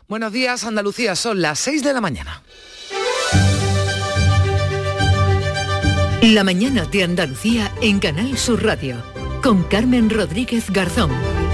Buenos días, Andalucía, son las 6 de la mañana. La mañana de Andalucía en Canal Sur Radio, con Carmen Rodríguez Garzón.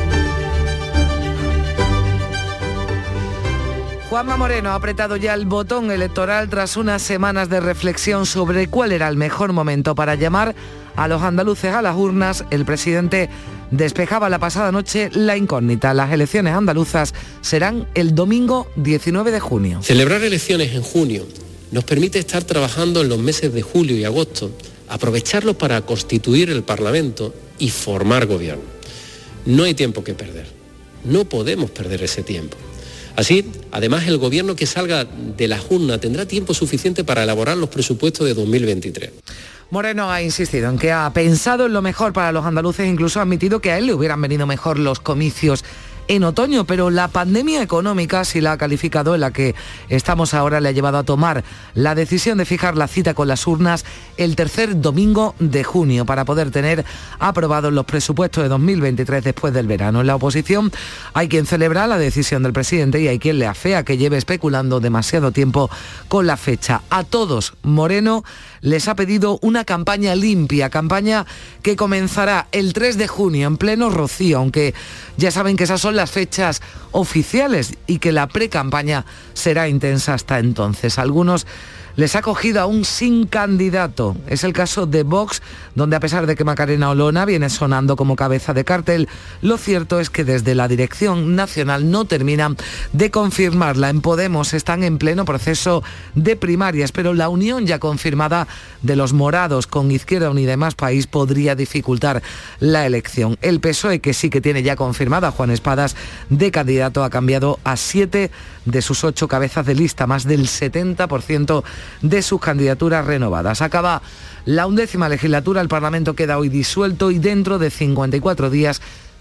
Juanma Moreno ha apretado ya el botón electoral tras unas semanas de reflexión sobre cuál era el mejor momento para llamar a los andaluces a las urnas. El presidente despejaba la pasada noche la incógnita. Las elecciones andaluzas serán el domingo 19 de junio. Celebrar elecciones en junio nos permite estar trabajando en los meses de julio y agosto, aprovecharlos para constituir el Parlamento y formar gobierno. No hay tiempo que perder. No podemos perder ese tiempo. Así, además, el gobierno que salga de la urna tendrá tiempo suficiente para elaborar los presupuestos de 2023. Moreno ha insistido en que ha pensado en lo mejor para los andaluces, incluso ha admitido que a él le hubieran venido mejor los comicios en otoño, pero la pandemia económica, si la ha calificado, en la que estamos ahora, le ha llevado a tomar la decisión de fijar la cita con las urnas el tercer domingo de junio para poder tener aprobados los presupuestos de 2023 después del verano. En la oposición hay quien celebra la decisión del presidente y hay quien le afea que lleve especulando demasiado tiempo con la fecha. A todos, Moreno les ha pedido una campaña limpia, campaña que comenzará el 3 de junio en pleno Rocío, aunque ya saben que esas son las fechas oficiales y que la pre-campaña será intensa hasta entonces. Algunos les ha cogido aún sin candidato. Es el caso de Vox, donde a pesar de que Macarena Olona viene sonando como cabeza de cartel, lo cierto es que desde la dirección nacional no terminan de confirmarla. En Podemos están en pleno proceso de primarias, pero la unión ya confirmada de los morados con Izquierda Unida y Más País podría dificultar la elección. El PSOE, que sí que tiene ya confirmada a Juan Espadas de candidato, ha cambiado a 7 de sus 8 cabezas de lista, más del 70% de sus candidaturas renovadas. Acaba la 11ª legislatura, el Parlamento queda hoy disuelto y dentro de 54 días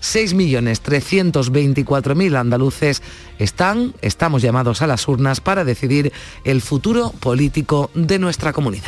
6.324.000 andaluces estamos llamados a las urnas para decidir el futuro político de nuestra comunidad.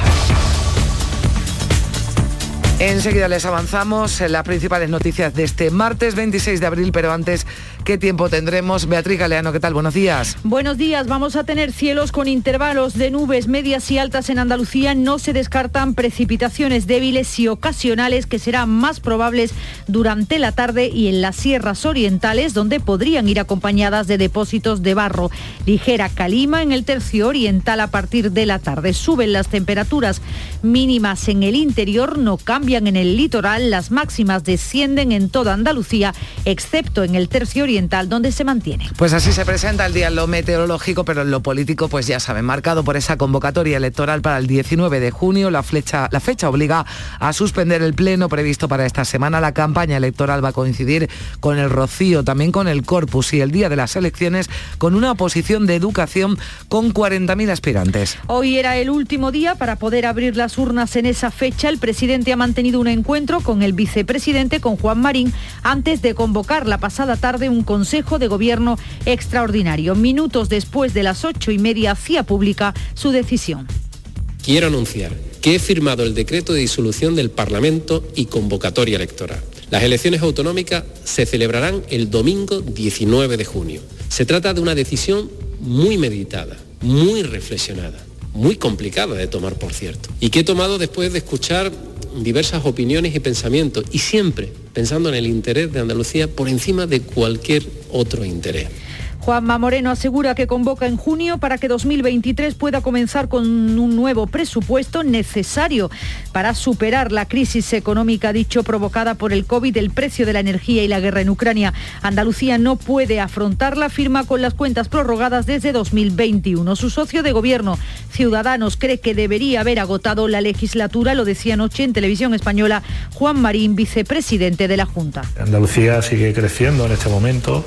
Enseguida les avanzamos en las principales noticias de este martes 26 de abril, pero antes, ¿qué tiempo tendremos? Beatriz Galeano, ¿qué tal? Buenos días. Buenos días, vamos a tener cielos con intervalos de nubes medias y altas en Andalucía. No se descartan precipitaciones débiles y ocasionales que serán más probables durante la tarde y en las sierras orientales, donde podrían ir acompañadas de depósitos de barro. Ligera calima en el tercio oriental a partir de la tarde. Suben las temperaturas mínimas en el interior, no cambian en el litoral, las máximas descienden en toda Andalucía, excepto en el tercio oriental, donde se mantiene. Pues así se presenta el día en lo meteorológico, pero en lo político, pues ya saben, marcado por esa convocatoria electoral para el 19 de junio. La fecha obliga a suspender el pleno previsto para esta semana. La campaña electoral va a coincidir con el Rocío, también con el Corpus y el día de las elecciones con una oposición de educación con 40.000 aspirantes. Hoy era el último día para poder abrir las urnas en esa fecha. El presidente ha mantenido un encuentro con el vicepresidente, con Juan Marín, antes de convocar la pasada tarde un consejo de gobierno extraordinario. Minutos después de las 8:30 hacía pública su decisión. Quiero anunciar que he firmado el decreto de disolución del Parlamento y convocatoria electoral. Las elecciones autonómicas se celebrarán el domingo 19 de junio. Se trata de una decisión muy meditada, muy reflexionada, muy complicada de tomar, por cierto, y que he tomado después de escuchar diversas opiniones y pensamientos, y siempre pensando en el interés de Andalucía por encima de cualquier otro interés. Juanma Moreno asegura que convoca en junio para que 2023 pueda comenzar con un nuevo presupuesto necesario para superar la crisis económica, dicho, provocada por el COVID, el precio de la energía y la guerra en Ucrania. Andalucía no puede afrontarla, afirma, con las cuentas prorrogadas desde 2021. Su socio de gobierno, Ciudadanos, cree que debería haber agotado la legislatura, lo decía anoche en Televisión Española Juan Marín, vicepresidente de la Junta. Andalucía sigue creciendo en este momento.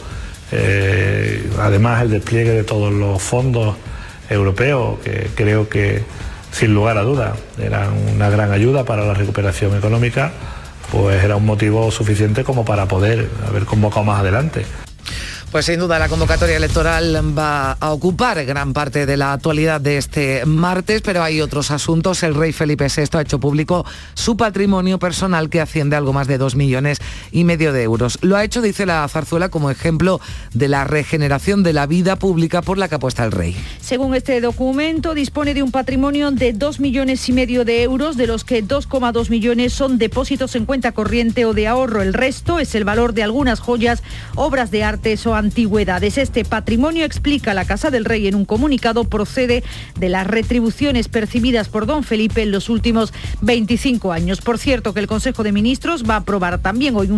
Además, el despliegue de todos los fondos europeos, que creo que sin lugar a dudas eran una gran ayuda para la recuperación económica, pues era un motivo suficiente como para poder haber convocado más adelante. Pues sin duda la convocatoria electoral va a ocupar gran parte de la actualidad de este martes, pero hay otros asuntos. El rey Felipe VI ha hecho público su patrimonio personal, que asciende a algo más de 2,5 millones de euros. Lo ha hecho, dice la zarzuela, como ejemplo de la regeneración de la vida pública por la que apuesta el rey. Según este documento, dispone de un patrimonio de 2,5 millones de euros, de los que 2,2 millones son depósitos en cuenta corriente o de ahorro. El resto es el valor de algunas joyas, obras de artes o antigüedades. Este patrimonio, explica la Casa del Rey en un comunicado, procede de las retribuciones percibidas por don Felipe en los últimos 25 años. Por cierto, que el Consejo de Ministros va a aprobar también hoy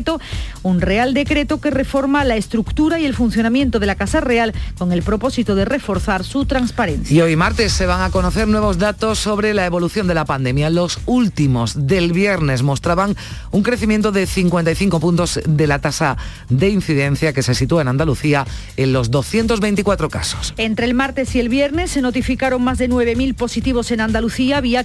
un Real Decreto que reforma la estructura y el funcionamiento de la Casa Real con el propósito de reforzar su transparencia. Y hoy martes se van a conocer nuevos datos sobre la evolución de la pandemia. Los últimos del viernes mostraban un crecimiento de 55 puntos de la tasa de incidencia, que se sitúa en Andalucía en los 224 casos. Entre el martes y el viernes se notificaron más de 9.000 positivos en Andalucía. Había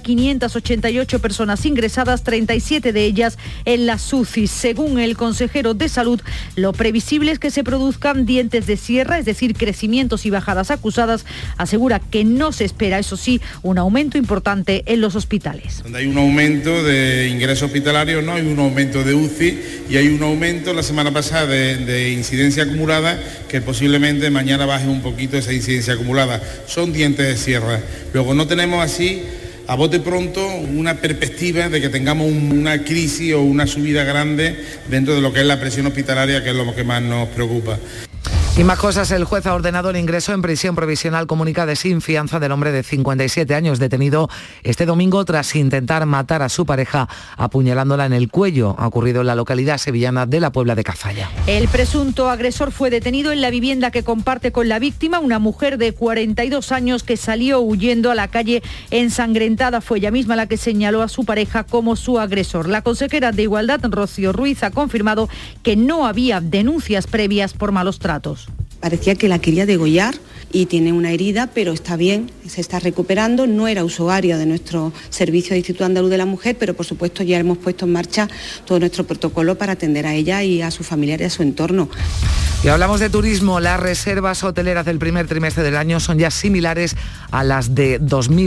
588 personas ingresadas, 37 de ellas en las UCI. Según el consejero de Salud, lo previsible es que se produzcan dientes de sierra, es decir, crecimientos y bajadas acusadas. Asegura que no se espera, eso sí, un aumento importante en los hospitales. Donde hay un aumento de ingresos hospitalarios, no hay un aumento de UCI, y hay un aumento la semana pasada de incidencia acumulada, que posiblemente mañana baje un poquito esa incidencia acumulada. Son dientes de sierra. Luego no tenemos así, a bote pronto, una perspectiva de que tengamos una crisis o una subida grande dentro de lo que es la presión hospitalaria, que es lo que más nos preocupa. Y más cosas, el juez ha ordenado el ingreso en prisión provisional comunicada sin fianza del hombre de 57 años detenido este domingo tras intentar matar a su pareja apuñalándola en el cuello. Ha ocurrido en la localidad sevillana de la Puebla de Cazalla. El presunto agresor fue detenido en la vivienda que comparte con la víctima, una mujer de 42 años que salió huyendo a la calle ensangrentada. Fue ella misma la que señaló a su pareja como su agresor. La consejera de Igualdad, Rocío Ruiz, ha confirmado que no había denuncias previas por malos tratos. Parecía que la quería degollar y tiene una herida, pero está bien, se está recuperando. No era usuaria de nuestro servicio de Instituto Andaluz de la Mujer, pero por supuesto ya hemos puesto en marcha todo nuestro protocolo para atender a ella y a su familiar y a su entorno. Y hablamos de turismo. Las reservas hoteleras del primer trimestre del año son ya similares a las de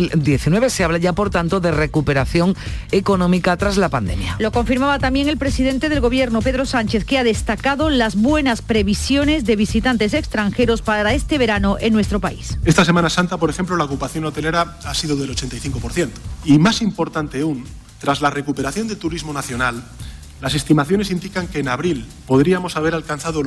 2019. Se habla ya, por tanto, de recuperación económica tras la pandemia. Lo confirmaba también el presidente del Gobierno, Pedro Sánchez, que ha destacado las buenas previsiones de visitantes extranjeros para este verano en nuestro país. Esta Semana Santa, por ejemplo, la ocupación hotelera ha sido del 85%. Y más importante aún, tras la recuperación del turismo nacional, las estimaciones indican que en abril podríamos haber alcanzado el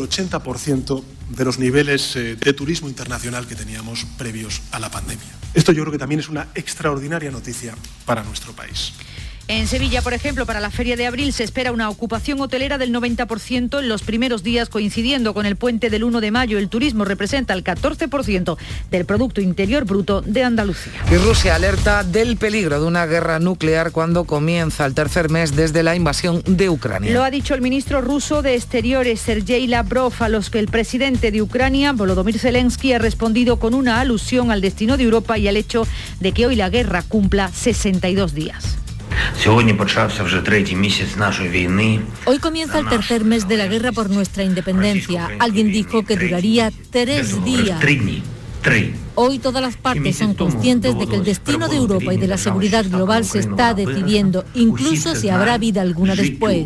80% de los niveles de turismo internacional que teníamos previos a la pandemia. Esto yo creo que también es una extraordinaria noticia para nuestro país. En Sevilla, por ejemplo, para la Feria de Abril se espera una ocupación hotelera del 90% en los primeros días, coincidiendo con el puente del 1 de mayo. El turismo representa el 14% del Producto Interior Bruto de Andalucía. Y Rusia alerta del peligro de una guerra nuclear cuando comienza el tercer mes desde la invasión de Ucrania. Lo ha dicho el ministro ruso de Exteriores, Sergei Lavrov, a los que el presidente de Ucrania, Volodymyr Zelensky, ha respondido con una alusión al destino de Europa y al hecho de que hoy la guerra cumpla 62 días. Hoy comienza el tercer mes de la guerra por nuestra independencia. Alguien dijo que duraría 3 días. Hoy todas las partes son conscientes de que el destino de Europa y de la seguridad global se está decidiendo, incluso si habrá vida alguna después.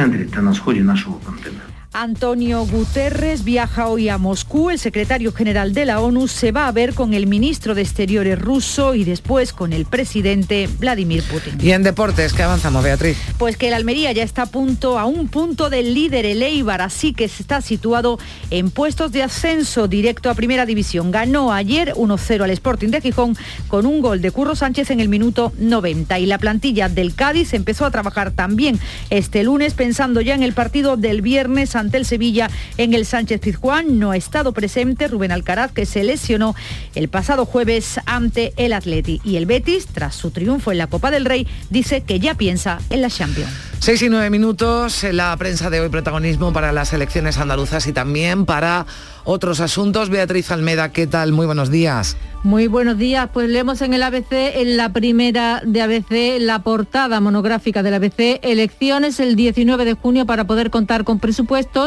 Antonio Guterres viaja hoy a Moscú. El secretario general de la ONU se va a ver con el ministro de Exteriores ruso y después con el presidente Vladimir Putin. Y en deportes, ¿qué avanzamos, Beatriz? Pues que el Almería ya está a un punto del líder, el Eibar, así que está situado en puestos de ascenso directo a Primera División. Ganó ayer 1-0 al Sporting de Gijón con un gol de Curro Sánchez en el minuto 90. Y la plantilla del Cádiz empezó a trabajar también este lunes, pensando ya en el partido del viernes ante el Sevilla en el Sánchez-Pizjuán. No ha estado presente Rubén Alcaraz, que se lesionó el pasado jueves ante el Atleti. Y el Betis, tras su triunfo en la Copa del Rey, dice que ya piensa en la Champions. 6 y 9 minutos, en la prensa de hoy protagonismo para las elecciones andaluzas y también para otros asuntos. Beatriz Almeda, ¿qué tal? Muy buenos días. Muy buenos días. Pues leemos en el ABC, en la primera de ABC, la portada monográfica del ABC, elecciones el 19 de junio para poder contar con presupuestos,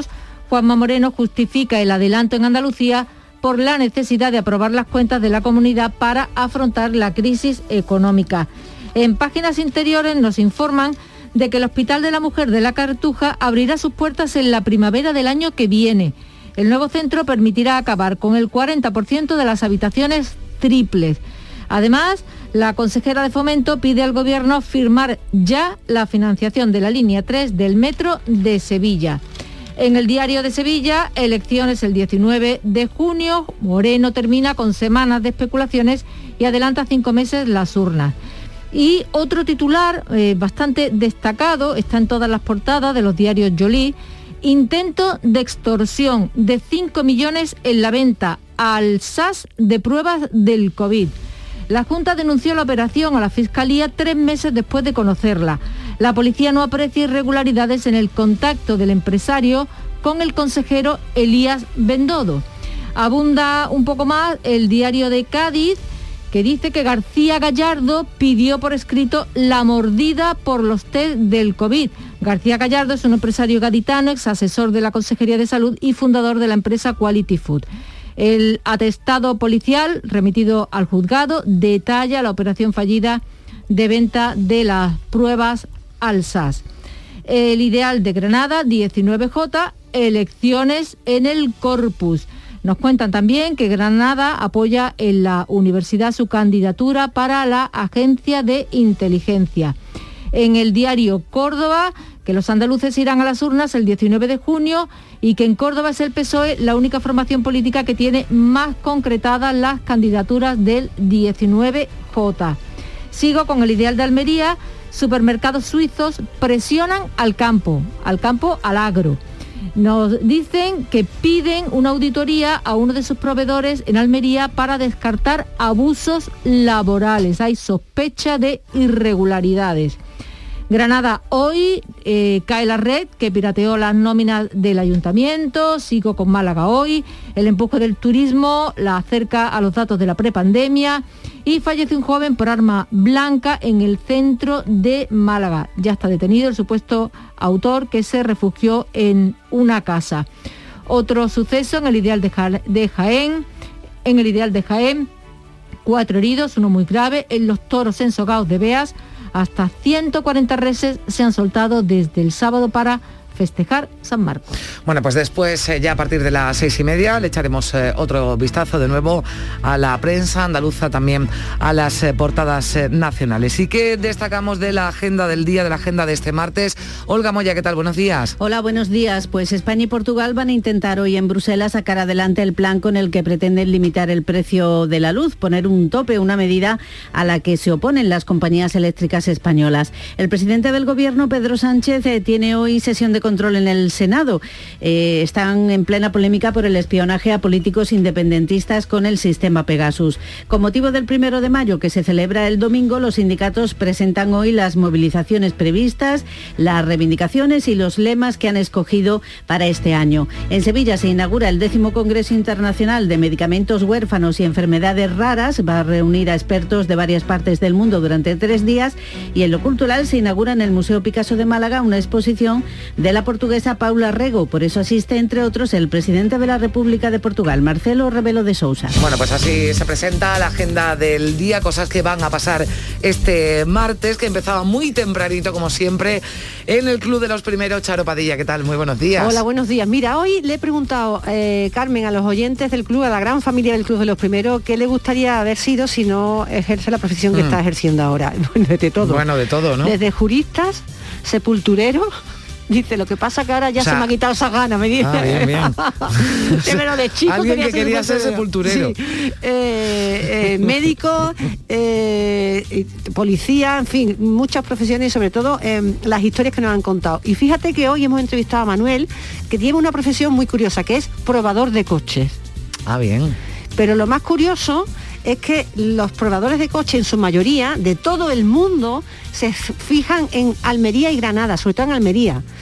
Juanma Moreno justifica el adelanto en Andalucía por la necesidad de aprobar las cuentas de la comunidad para afrontar la crisis económica. En páginas interiores nos informan de que el Hospital de la Mujer de la Cartuja abrirá sus puertas en la primavera del año que viene. El nuevo centro permitirá acabar con el 40% de las habitaciones triples. Además, la consejera de Fomento pide al Gobierno firmar ya la financiación de la línea 3 del metro de Sevilla. En el Diario de Sevilla, elecciones el 19 de junio, Moreno termina con semanas de especulaciones y adelanta 5 meses las urnas. Y otro titular bastante destacado, está en todas las portadas de los diarios Joly: intento de extorsión de 5 millones en la venta al SAS de pruebas del COVID. La Junta denunció la operación a la Fiscalía 3 meses después de conocerla. La policía no aprecia irregularidades en el contacto del empresario con el consejero Elías Bendodo. Abunda un poco más el Diario de Cádiz, que dice que García Gallardo pidió por escrito la mordida por los test del COVID. García Gallardo es un empresario gaditano, ex asesor de la Consejería de Salud y fundador de la empresa Quality Food. El atestado policial remitido al juzgado detalla la operación fallida de venta de las pruebas al SAS. El Ideal de Granada, 19J, elecciones en el Corpus. Nos cuentan también que Granada apoya en la universidad su candidatura para la Agencia de Inteligencia. En el diario Córdoba, que los andaluces irán a las urnas el 19 de junio y que en Córdoba es el PSOE la única formación política que tiene más concretadas las candidaturas del 19J. Sigo con el Ideal de Almería. Supermercados suizos presionan al campo, al agro. Nos dicen que piden una auditoría a uno de sus proveedores en Almería para descartar abusos laborales. Hay sospecha de irregularidades. Granada hoy, cae la red que pirateó las nóminas del ayuntamiento. Sigo con Málaga hoy. El empuje del turismo la acerca a los datos de la prepandemia. Y fallece un joven por arma blanca en el centro de Málaga. Ya está detenido el supuesto autor, que se refugió en una casa. Otro suceso en el Ideal de Jaén. En el Ideal de Jaén, 4 heridos, uno muy grave, en los toros ensogados de Beas. Hasta 140 reses se han soltado desde el sábado para festejar San Marcos. Bueno, pues después, ya a partir de las 6:30, le echaremos otro vistazo de nuevo a la prensa andaluza, también a las portadas nacionales. ¿Y qué destacamos de la agenda del día, de la agenda de este martes? Olga Moya, ¿qué tal? Buenos días. Hola, buenos días. Pues España y Portugal van a intentar hoy en Bruselas sacar adelante el plan con el que pretenden limitar el precio de la luz, poner un tope, una medida a la que se oponen las compañías eléctricas españolas. El presidente del Gobierno, Pedro Sánchez, tiene hoy sesión de control en el Senado. Están en plena polémica por el espionaje a políticos independentistas con el sistema Pegasus. Con motivo del 1 de mayo, que se celebra el domingo, los sindicatos presentan hoy las movilizaciones previstas, las reivindicaciones y los lemas que han escogido para este año. En Sevilla se inaugura el 10º Congreso Internacional de Medicamentos Huérfanos y Enfermedades Raras. Va a reunir a expertos de varias partes del mundo durante 3 días. Y en lo cultural se inaugura en el Museo Picasso de Málaga una exposición de la portuguesa Paula Rego. Por eso asiste, entre otros, el presidente de la República de Portugal, Marcelo Rebelo de Sousa. Bueno, pues así se presenta la agenda del día, cosas que van a pasar este martes, que empezaba muy tempranito, como siempre, en el Club de los Primeros. Charo Padilla, ¿qué tal? Muy buenos días. Hola, buenos días. Mira, hoy le he preguntado, Carmen, a los oyentes del club, a la gran familia del Club de los Primeros, qué le gustaría haber sido si no ejerce la profesión que está ejerciendo ahora. Bueno, de todo. Bueno, de todo, ¿no? Desde juristas, sepultureros. Dice, lo que pasa que ahora ya se me ha quitado esa gana, me dice. Bien, bien. Pero de chico alguien que quería ser sepulturero. Sí. Médico, policía, en fin, muchas profesiones y sobre todo las historias que nos han contado. Y fíjate que hoy hemos entrevistado a Manuel, que tiene una profesión muy curiosa, que es probador de coches. Ah, bien. Pero lo más curioso es que los probadores de coche, en su mayoría, de todo el mundo, se fijan en Almería y Granada, sobre todo en Almería.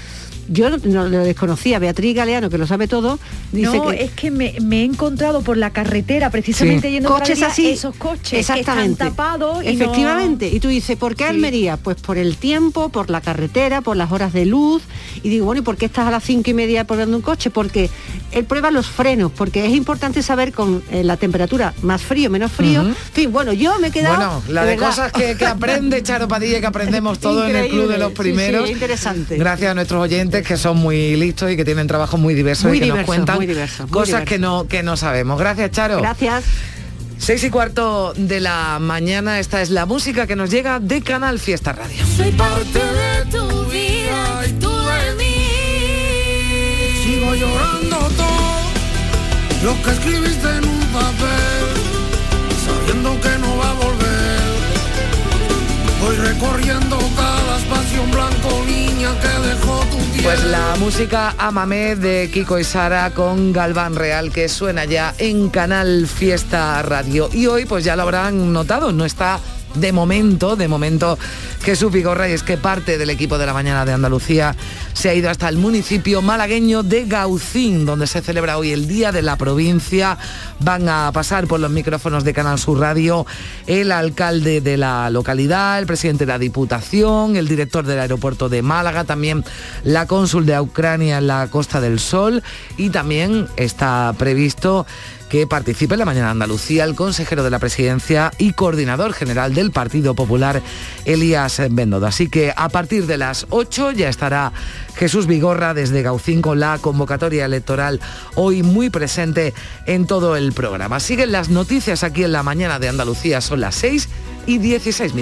Yo no lo desconocía. Beatriz Galeano, que lo sabe todo, dice es que me he encontrado por la carretera, precisamente yendo coches para así, esos coches exactamente, que están tapados. Efectivamente. Y tú dices, ¿por qué Almería? Pues por el tiempo, por la carretera, por las horas de luz. Y digo, bueno, ¿y por qué estás a las 5:30 poniendo un coche? Porque él prueba los frenos, porque es importante saber con la temperatura, más frío, menos frío. En fin, bueno, yo me he quedado... Bueno, la de cosas que aprende Charo Padilla, que aprendemos todo en el Club de los Primeros. Sí, interesante. Gracias a nuestros oyentes, que son muy listos y que tienen trabajos muy diversos y que nos cuentan cosas que no sabemos. Gracias, Charo. Gracias. 6:15 de la mañana, esta es la música que nos llega de Canal Fiesta Radio. Soy parte de tu vida y tú de mí. Sigo llorando todo lo que escribiste en un papel, sabiendo que no va a volver. Voy recorriendo cada espacio en blanco, niña, que dejó tu piel. Pues la música Ámame de Kiko y Sara con Galván Real, que suena ya en Canal Fiesta Radio. Y hoy, pues ya lo habrán notado, no está de momento Jesús Vigorra, y es que parte del equipo de la mañana de Andalucía se ha ido hasta el municipio malagueño de Gaucín, donde se celebra hoy el Día de la Provincia. Van a pasar por los micrófonos de Canal Sur Radio el alcalde de la localidad, el presidente de la Diputación, el director del aeropuerto de Málaga, también la cónsul de Ucrania en la Costa del Sol, y también está previsto que participe en la mañana de Andalucía el consejero de la Presidencia y coordinador general del Partido Popular, Elías Bendodo. Así que a partir de las 8 ya estará Jesús Vigorra desde Gaucín con la convocatoria electoral hoy muy presente en todo el programa. Siguen las noticias aquí en la mañana de Andalucía, son las 6:16.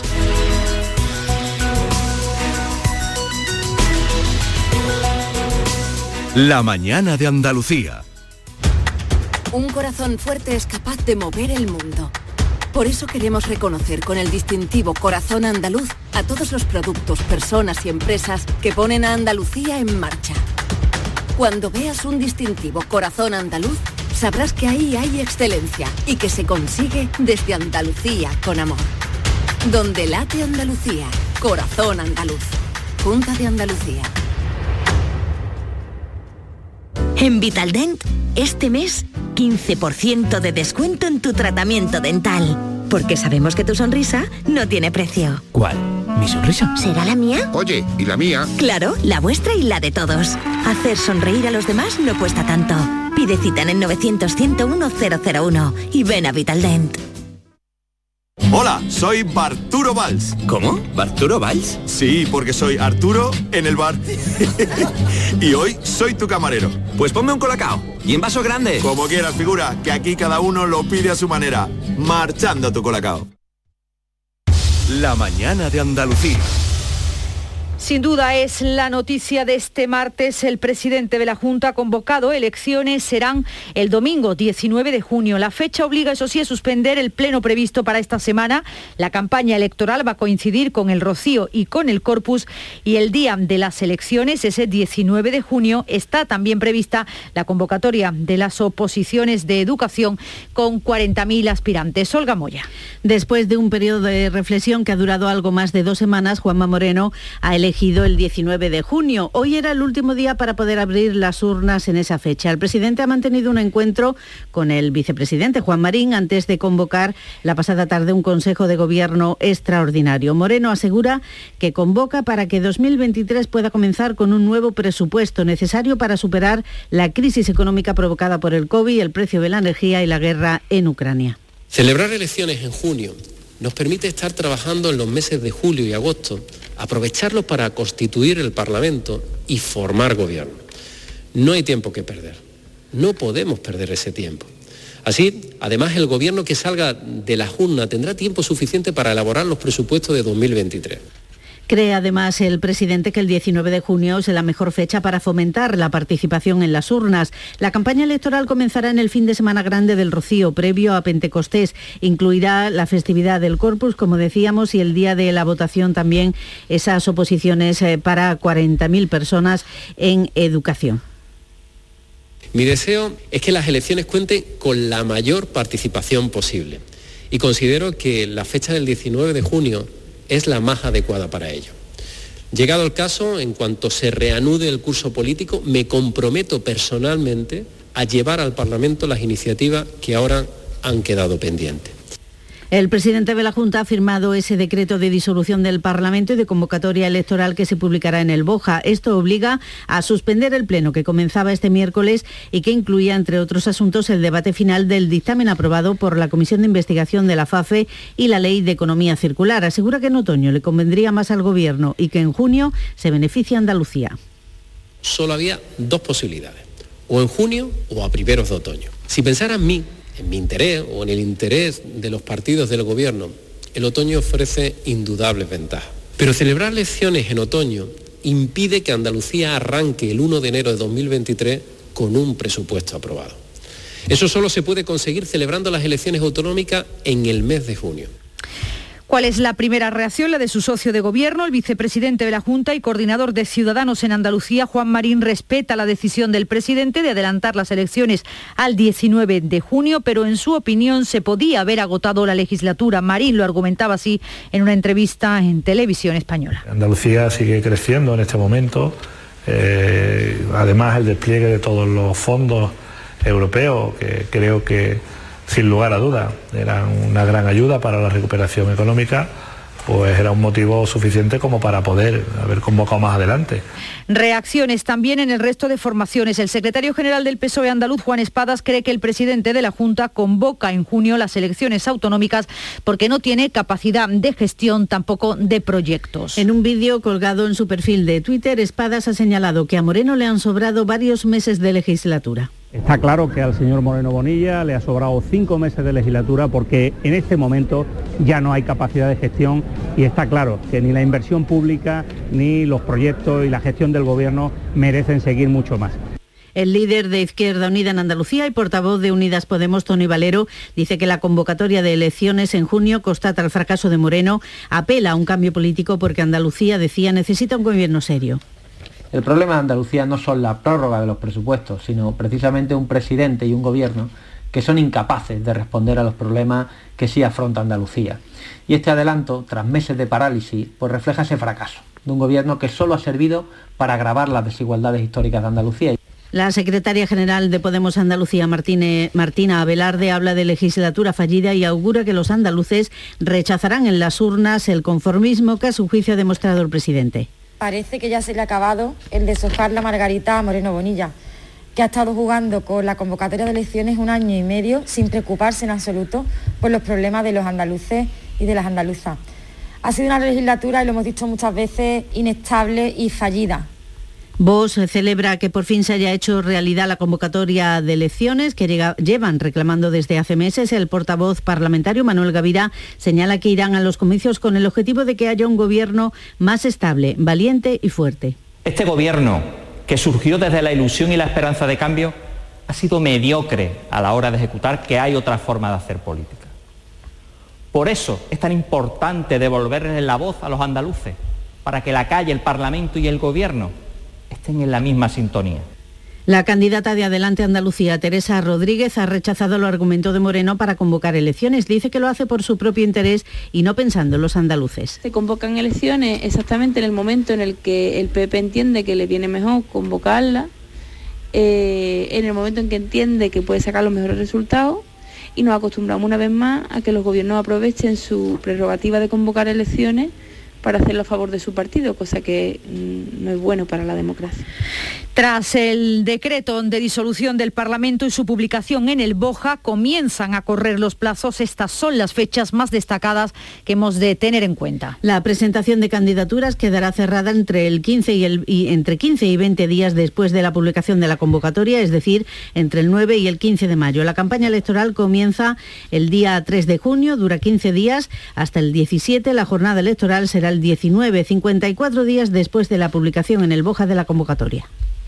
La mañana de Andalucía. Un corazón fuerte es capaz de mover el mundo. Por eso queremos reconocer con el distintivo Corazón Andaluz a todos los productos, personas y empresas que ponen a Andalucía en marcha. Cuando veas un distintivo Corazón Andaluz, sabrás que ahí hay excelencia y que se consigue desde Andalucía con amor. Donde late Andalucía, Corazón Andaluz. Junta de Andalucía. En Vitaldent, este mes, 15% de descuento en tu tratamiento dental. Porque sabemos que tu sonrisa no tiene precio. ¿Cuál? ¿Mi sonrisa? ¿Será la mía? Oye, ¿y la mía? Claro, la vuestra y la de todos. Hacer sonreír a los demás no cuesta tanto. Pide cita en el 900-101-001 y ven a Vitaldent. Hola, soy Barturo Valls. ¿Cómo? ¿Barturo Valls? Sí, porque soy Arturo en el bar. Y hoy soy tu camarero. Pues ponme un colacao. Y en vaso grande. Como quieras, figura, que aquí cada uno lo pide a su manera. Marchando tu colacao. La mañana de Andalucía. Sin duda es la noticia de este martes. El presidente de la Junta ha convocado elecciones, serán el domingo 19 de junio. La fecha obliga, eso sí, a suspender el pleno previsto para esta semana. La campaña electoral va a coincidir con el Rocío y con el Corpus, y el día de las elecciones, ese 19 de junio, está también prevista la convocatoria de las oposiciones de educación con 40.000 aspirantes. Olga Moya. Después de un periodo de reflexión que ha durado algo más de 2 semanas, Juanma Moreno ha elegido el 19 de junio. Hoy era el último día para poder abrir las urnas en esa fecha. El presidente ha mantenido un encuentro con el vicepresidente Juan Marín antes de convocar la pasada tarde un Consejo de Gobierno extraordinario. Moreno asegura que convoca para que 2023 pueda comenzar con un nuevo presupuesto necesario para superar la crisis económica provocada por el COVID, el precio de la energía y la guerra en Ucrania. Celebrar elecciones en junio nos permite estar trabajando en los meses de julio y agosto, aprovecharlos para constituir el Parlamento y formar gobierno. No hay tiempo que perder, no podemos perder ese tiempo. Así, además, el gobierno que salga de la Junta tendrá tiempo suficiente para elaborar los presupuestos de 2023. Cree además el presidente que el 19 de junio es la mejor fecha para fomentar la participación en las urnas. La campaña electoral comenzará en el fin de semana grande del Rocío, previo a Pentecostés. Incluirá la festividad del Corpus, como decíamos, y el día de la votación también esas oposiciones para 40.000 personas en educación. Mi deseo es que las elecciones cuenten con la mayor participación posible, y considero que la fecha del 19 de junio es la más adecuada para ello. Llegado el caso, en cuanto se reanude el curso político, me comprometo personalmente a llevar al Parlamento las iniciativas que ahora han quedado pendientes. El presidente de la Junta ha firmado ese decreto de disolución del Parlamento y de convocatoria electoral que se publicará en el BOJA. Esto obliga a suspender el pleno que comenzaba este miércoles y que incluía, entre otros asuntos, el debate final del dictamen aprobado por la Comisión de Investigación de la FAFE y la Ley de Economía Circular. Asegura que en otoño le convendría más al Gobierno y que en junio se beneficia Andalucía. Solo había dos posibilidades, o en junio o a primeros de otoño. Si pensara en mí, en mi interés o en el interés de los partidos del Gobierno, el otoño ofrece indudables ventajas. Pero celebrar elecciones en otoño impide que Andalucía arranque el 1 de enero de 2023 con un presupuesto aprobado. Eso solo se puede conseguir celebrando las elecciones autonómicas en el mes de junio. ¿Cuál es la primera reacción? La de su socio de gobierno, el vicepresidente de la Junta y coordinador de Ciudadanos en Andalucía, Juan Marín, respeta la decisión del presidente de adelantar las elecciones al 19 de junio, pero en su opinión se podía haber agotado la legislatura. Marín lo argumentaba así en una entrevista en Televisión Española. Andalucía sigue creciendo en este momento, además el despliegue de todos los fondos europeos, que creo que sin lugar a duda era una gran ayuda para la recuperación económica, pues era un motivo suficiente como para poder haber convocado más adelante. Reacciones también en el resto de formaciones. El secretario general del PSOE andaluz, Juan Espadas, cree que el presidente de la Junta convoca en junio las elecciones autonómicas porque no tiene capacidad de gestión, tampoco de proyectos. En un vídeo colgado en su perfil de Twitter, Espadas ha señalado que a Moreno le han sobrado varios meses de legislatura. Está claro que al señor Moreno Bonilla le ha sobrado 5 meses de legislatura porque en este momento ya no hay capacidad de gestión y está claro que ni la inversión pública ni los proyectos y la gestión del gobierno merecen seguir mucho más. El líder de Izquierda Unida en Andalucía y portavoz de Unidas Podemos, Tony Valero, dice que la convocatoria de elecciones en junio constata el fracaso de Moreno, apela a un cambio político porque Andalucía, decía, necesita un gobierno serio. El problema de Andalucía no son la prórroga de los presupuestos, sino precisamente un presidente y un gobierno que son incapaces de responder a los problemas que sí afronta Andalucía. Y este adelanto, tras meses de parálisis, pues refleja ese fracaso de un gobierno que solo ha servido para agravar las desigualdades históricas de Andalucía. La secretaria general de Podemos Andalucía, Martina Abelarde, habla de legislatura fallida y augura que los andaluces rechazarán en las urnas el conformismo que a su juicio ha demostrado el presidente. Parece que ya se le ha acabado el deshojar la margarita a Moreno Bonilla, que ha estado jugando con la convocatoria de elecciones 1 año y medio sin preocuparse en absoluto por los problemas de los andaluces y de las andaluzas. Ha sido una legislatura, y lo hemos dicho muchas veces, inestable y fallida. Vox celebra que por fin se haya hecho realidad la convocatoria de elecciones que llevan reclamando desde hace meses. El portavoz parlamentario Manuel Gavira señala que irán a los comicios con el objetivo de que haya un gobierno más estable, valiente y fuerte. Este gobierno, que surgió desde la ilusión y la esperanza de cambio, ha sido mediocre a la hora de ejecutar, que hay otra forma de hacer política. Por eso es tan importante devolverles la voz a los andaluces, para que la calle, el Parlamento y el Gobierno estén en la misma sintonía. La candidata de Adelante Andalucía, Teresa Rodríguez, ha rechazado los argumentos de Moreno para convocar elecciones. Dice que lo hace por su propio interés y no pensando en los andaluces. Se convocan elecciones exactamente en el momento en el que el PP entiende que le viene mejor convocarla, en el momento en que entiende que puede sacar los mejores resultados, y nos acostumbramos una vez más a que los gobiernos aprovechen su prerrogativa de convocar elecciones para hacerlo a favor de su partido, cosa que no es bueno para la democracia. Tras el decreto de disolución del Parlamento y su publicación en el BOJA, comienzan a correr los plazos. Estas son las fechas más destacadas que hemos de tener en cuenta. La presentación de candidaturas quedará cerrada entre 15 y 20 días después de la publicación de la convocatoria, es decir, entre el 9 y el 15 de mayo. La campaña electoral comienza el día 3 de junio, dura 15 días hasta el 17. La jornada electoral será el 19, 54 días después de la publicación en el BOJA de la convocatoria.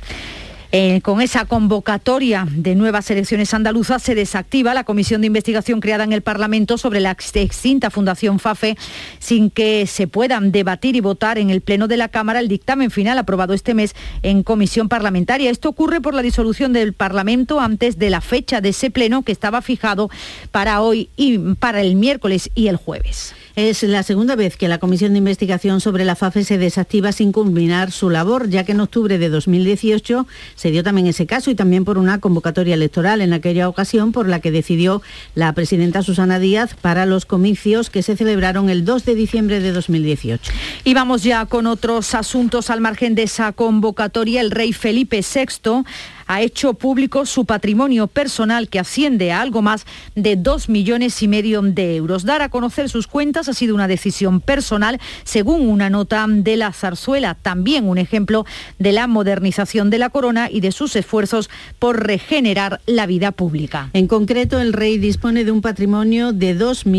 Con esa convocatoria de nuevas elecciones andaluzas se desactiva la comisión de investigación creada en el Parlamento sobre la extinta Fundación FAFE sin que se puedan debatir y votar en el Pleno de la Cámara el dictamen final aprobado este mes en comisión parlamentaria. Esto ocurre por la disolución del Parlamento antes de la fecha de ese Pleno que estaba fijado para hoy y para el miércoles y el jueves. Es la segunda vez que la Comisión de Investigación sobre la FAFE se desactiva sin culminar su labor, ya que en octubre de 2018 se dio también ese caso y también por una convocatoria electoral en aquella ocasión por la que decidió la presidenta Susana Díaz para los comicios que se celebraron el 2 de diciembre de 2018. Y vamos ya con otros asuntos al margen de esa convocatoria. El rey Felipe VI ha hecho público su patrimonio personal, que asciende a algo más de 2,5 millones de euros. Dar a conocer sus cuentas ha sido una decisión personal, según una nota de la Zarzuela. También un ejemplo de la modernización de la corona y de sus esfuerzos por regenerar la vida pública. En concreto, el rey dispone de un patrimonio de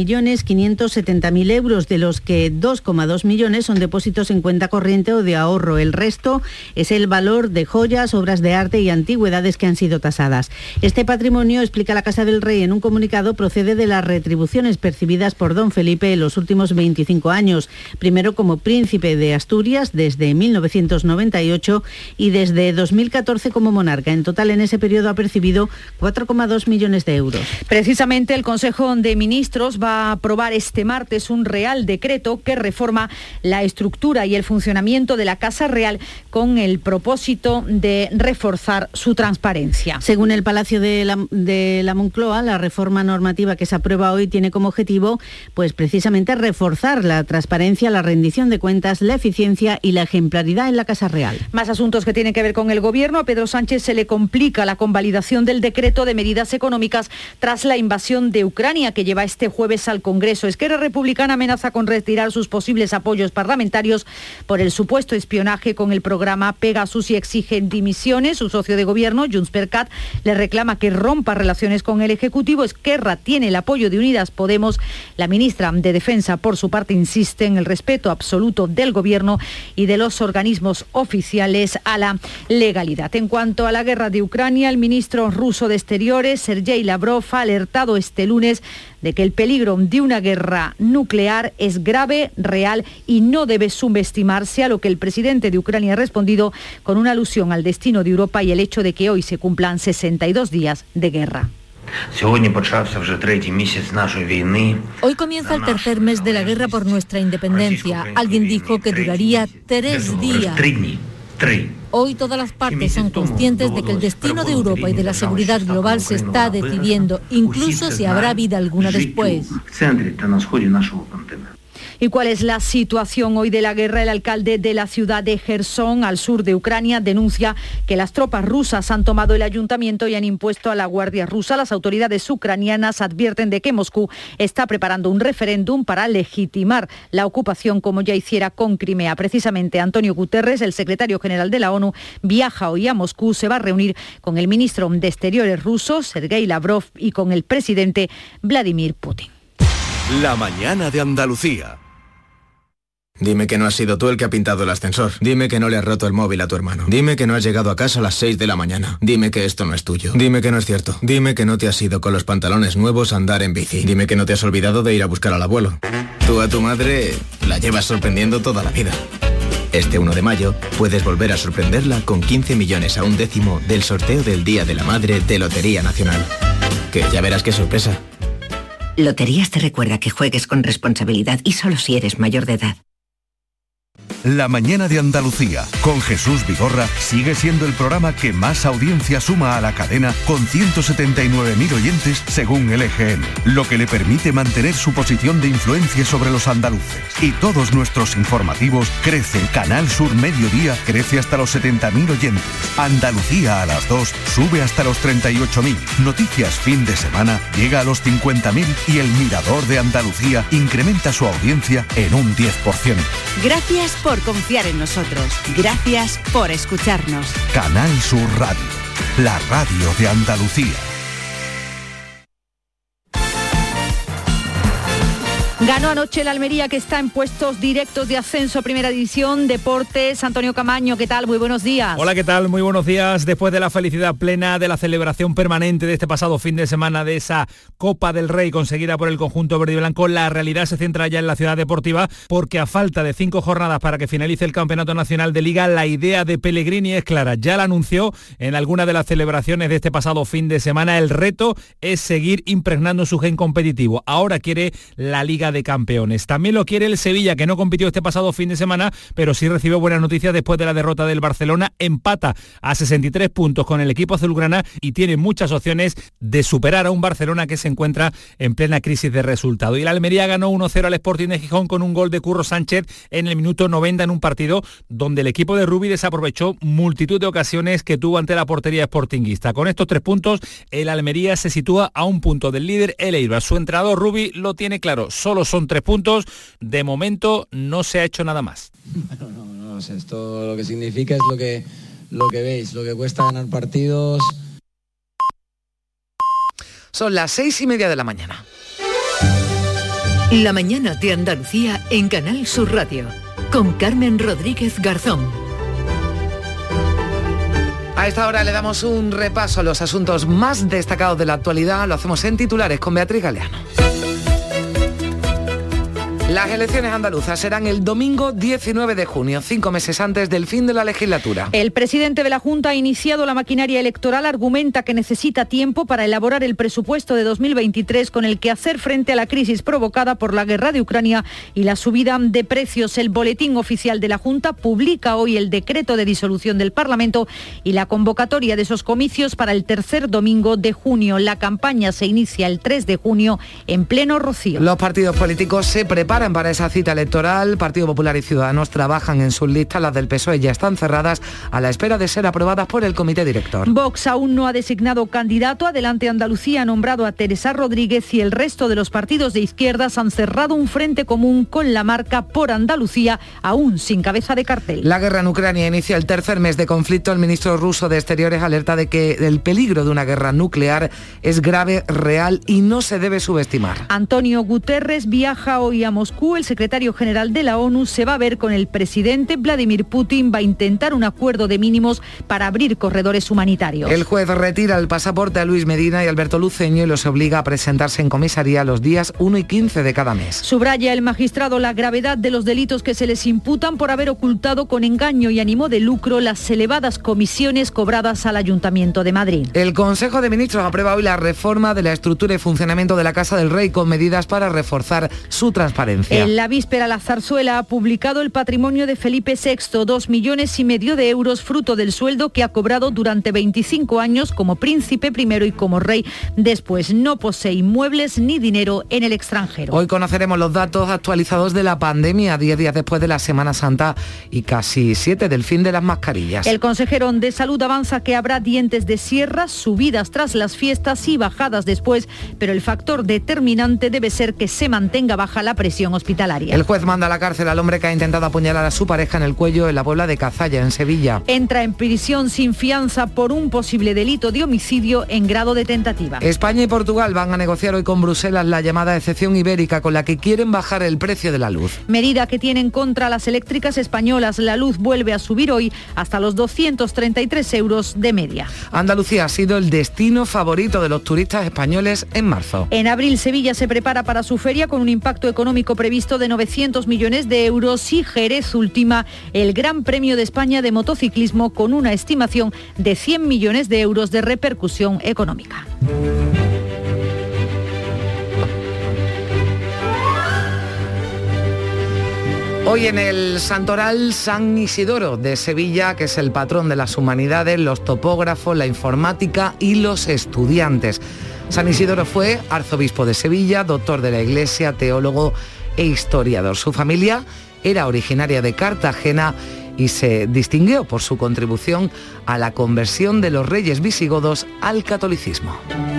2.570.000 euros, de los que 2,2 millones son depósitos en cuenta corriente o de ahorro. El resto es el valor de joyas, obras de arte y antigüedades que han sido tasadas. Este patrimonio, explica la Casa del Rey en un comunicado, procede de las retribuciones percibidas por don Felipe en los últimos 25 años, primero como príncipe de Asturias desde 1998 y desde 2014 como monarca. En total, en ese periodo ha percibido 4,2 millones de euros. Precisamente el Consejo de Ministros va a aprobar este martes un Real Decreto que reforma la estructura y el funcionamiento de la Casa Real con el propósito de reforzar su transparencia. Según el Palacio de la Moncloa, la reforma normativa que se aprueba hoy tiene como objetivo, pues precisamente reforzar la transparencia, la rendición de cuentas, la eficiencia y la ejemplaridad en la Casa Real. Más asuntos que tienen que ver con el Gobierno. A Pedro Sánchez se le complica la convalidación del decreto de medidas económicas tras la invasión de Ucrania, que lleva este jueves al Congreso. Esquerra Republicana amenaza con retirar sus posibles apoyos parlamentarios por el supuesto espionaje con el programa Pegasus y exige dimisiones. Su socio de gobierno, Junts per Cat, le reclama que rompa relaciones con el Ejecutivo. Esquerra tiene el apoyo de Unidas Podemos. La ministra de Defensa, por su parte, insiste en el respeto absoluto del Gobierno y de los organismos oficiales a la legalidad. En cuanto a la guerra de Ucrania, el ministro ruso de Exteriores, Sergei Lavrov, ha alertado este lunes de que el peligro de una guerra nuclear es grave, real y no debe subestimarse, a lo que el presidente de Ucrania ha respondido con una alusión al destino de Europa y el hecho de que hoy se cumplan 62 días de guerra. Hoy comienza el tercer mes de la guerra por nuestra independencia. Alguien dijo que duraría 3 días. Hoy todas las partes son conscientes de que el destino de Europa y de la seguridad global se está decidiendo, incluso si habrá vida alguna después. ¿Y cuál es la situación hoy de la guerra? El alcalde de la ciudad de Jersón, al sur de Ucrania, denuncia que las tropas rusas han tomado el ayuntamiento y han impuesto a la Guardia Rusa. Las autoridades ucranianas advierten de que Moscú está preparando un referéndum para legitimar la ocupación, como ya hiciera con Crimea. Precisamente Antonio Guterres, el secretario general de la ONU, viaja hoy a Moscú. Se va a reunir con el ministro de Exteriores ruso, Sergei Lavrov, y con el presidente Vladimir Putin. La mañana de Andalucía. Dime que no has sido tú el que ha pintado el ascensor. Dime que no le has roto el móvil a tu hermano. Dime que no has llegado a casa a las 6 de la mañana. Dime que esto no es tuyo. Dime que no es cierto. Dime que no te has ido con los pantalones nuevos a andar en bici. Dime que no te has olvidado de ir a buscar al abuelo. Tú a tu madre la llevas sorprendiendo toda la vida. Este 1 de mayo puedes volver a sorprenderla con 15 millones a un décimo del sorteo del Día de la Madre de Lotería Nacional. Que ya verás qué sorpresa. Loterías te recuerda que juegues con responsabilidad y solo si eres mayor de edad. La mañana de Andalucía, con Jesús Vigorra, sigue siendo el programa que más audiencia suma a la cadena, con 179.000 oyentes según el EGM, lo que le permite mantener su posición de influencia sobre los andaluces. Y todos nuestros informativos crecen. Canal Sur Mediodía crece hasta los 70.000 oyentes. Andalucía a las 2 sube hasta los 38.000. Noticias fin de semana llega a los 50.000 y el Mirador de Andalucía incrementa su audiencia en un 10%. Gracias por confiar en nosotros. Gracias por escucharnos. Canal Sur Radio, la radio de Andalucía. Ganó anoche el Almería, que está en puestos directos de ascenso a Primera División. Deportes, Antonio Camaño, ¿qué tal? Muy buenos días. Hola, ¿qué tal? Muy buenos días. Después de la felicidad plena de la celebración permanente de este pasado fin de semana de esa Copa del Rey conseguida por el conjunto verde y blanco, la realidad se centra ya en la ciudad deportiva, porque a falta de 5 jornadas para que finalice el Campeonato Nacional de Liga, la idea de Pellegrini es clara. Ya la anunció en alguna de las celebraciones de este pasado fin de semana. El reto es seguir impregnando su gen competitivo. Ahora quiere la Liga Liga de Campeones. También lo quiere el Sevilla, que no compitió este pasado fin de semana, pero sí recibió buenas noticias después de la derrota del Barcelona. Empata a 63 puntos con el equipo azulgrana y tiene muchas opciones de superar a un Barcelona que se encuentra en plena crisis de resultado. Y el Almería ganó 1-0 al Sporting de Gijón con un gol de Curro Sánchez en el minuto 90 en un partido donde el equipo de Rubi desaprovechó multitud de ocasiones que tuvo ante la portería sportinguista. Con estos 3 puntos, el Almería se sitúa a un punto del líder, el Eibar. Su entrenador Rubi lo tiene claro, solo son 3 puntos, de momento no se ha hecho nada más. No, o sea, esto lo que significa es lo que veis, lo que cuesta ganar partidos. Son las 6:30 de la mañana. La mañana de Andalucía en Canal Sur Radio, con Carmen Rodríguez Garzón. A esta hora le damos un repaso a los asuntos más destacados de la actualidad. Lo hacemos en titulares con Beatriz Galeano. Las elecciones andaluzas serán el domingo 19 de junio, 5 meses antes del fin de la legislatura. El presidente de la Junta ha iniciado la maquinaria electoral, argumenta que necesita tiempo para elaborar el presupuesto de 2023 con el que hacer frente a la crisis provocada por la guerra de Ucrania y la subida de precios. El boletín oficial de la Junta publica hoy el decreto de disolución del Parlamento y la convocatoria de esos comicios para el tercer domingo de junio. La campaña se inicia el 3 de junio en pleno Rocío. Los partidos políticos se preparan para esa cita electoral. Partido Popular y Ciudadanos trabajan en sus listas, las del PSOE ya están cerradas a la espera de ser aprobadas por el comité director. Vox aún no ha designado candidato. Adelante Andalucía ha nombrado a Teresa Rodríguez y el resto de los partidos de izquierdas han cerrado un frente común con la marca Por Andalucía, aún sin cabeza de cartel. La guerra en Ucrania inicia el tercer mes de conflicto. El ministro ruso de Exteriores alerta de que el peligro de una guerra nuclear es grave, real y no se debe subestimar. Antonio Guterres viaja hoy a Moscú. El secretario general de la ONU se va a ver con el presidente. Vladimir Putin va a intentar un acuerdo de mínimos para abrir corredores humanitarios. El juez retira el pasaporte a Luis Medina y Alberto Luceño y los obliga a presentarse en comisaría los días 1 y 15 de cada mes. Subraya el magistrado la gravedad de los delitos que se les imputan por haber ocultado con engaño y ánimo de lucro las elevadas comisiones cobradas al Ayuntamiento de Madrid. El Consejo de Ministros aprueba hoy la reforma de la estructura y funcionamiento de la Casa del Rey con medidas para reforzar su transparencia. En la víspera, la Zarzuela ha publicado el patrimonio de Felipe VI, 2,5 millones de euros, fruto del sueldo que ha cobrado durante 25 años como príncipe primero y como rey después. No posee inmuebles ni dinero en el extranjero. Hoy conoceremos los datos actualizados de la pandemia, 10 días después de la Semana Santa y casi 7 del fin de las mascarillas. El consejero de Salud avanza que habrá dientes de sierra, subidas tras las fiestas y bajadas después, pero el factor determinante debe ser que se mantenga baja la presión hospitalaria. El juez manda a la cárcel al hombre que ha intentado apuñalar a su pareja en el cuello en la Puebla de Cazalla, en Sevilla. Entra en prisión sin fianza por un posible delito de homicidio en grado de tentativa. España y Portugal van a negociar hoy con Bruselas la llamada excepción ibérica con la que quieren bajar el precio de la luz. Medida que tienen contra las eléctricas españolas. La luz vuelve a subir hoy hasta los 233 euros de media. Andalucía ha sido el destino favorito de los turistas españoles en marzo. En abril, Sevilla se prepara para su feria con un impacto económico previsto de 900 millones de euros y Jerez ultima el Gran Premio de España de motociclismo con una estimación de 100 millones de euros de repercusión económica. Hoy en el Santoral San Isidoro de Sevilla, que es el patrón de las humanidades, los topógrafos, la informática y los estudiantes. San Isidoro fue arzobispo de Sevilla, doctor de la Iglesia, teólogo e historiador. Su familia era originaria de Cartagena y se distinguió por su contribución a la conversión de los reyes visigodos al catolicismo.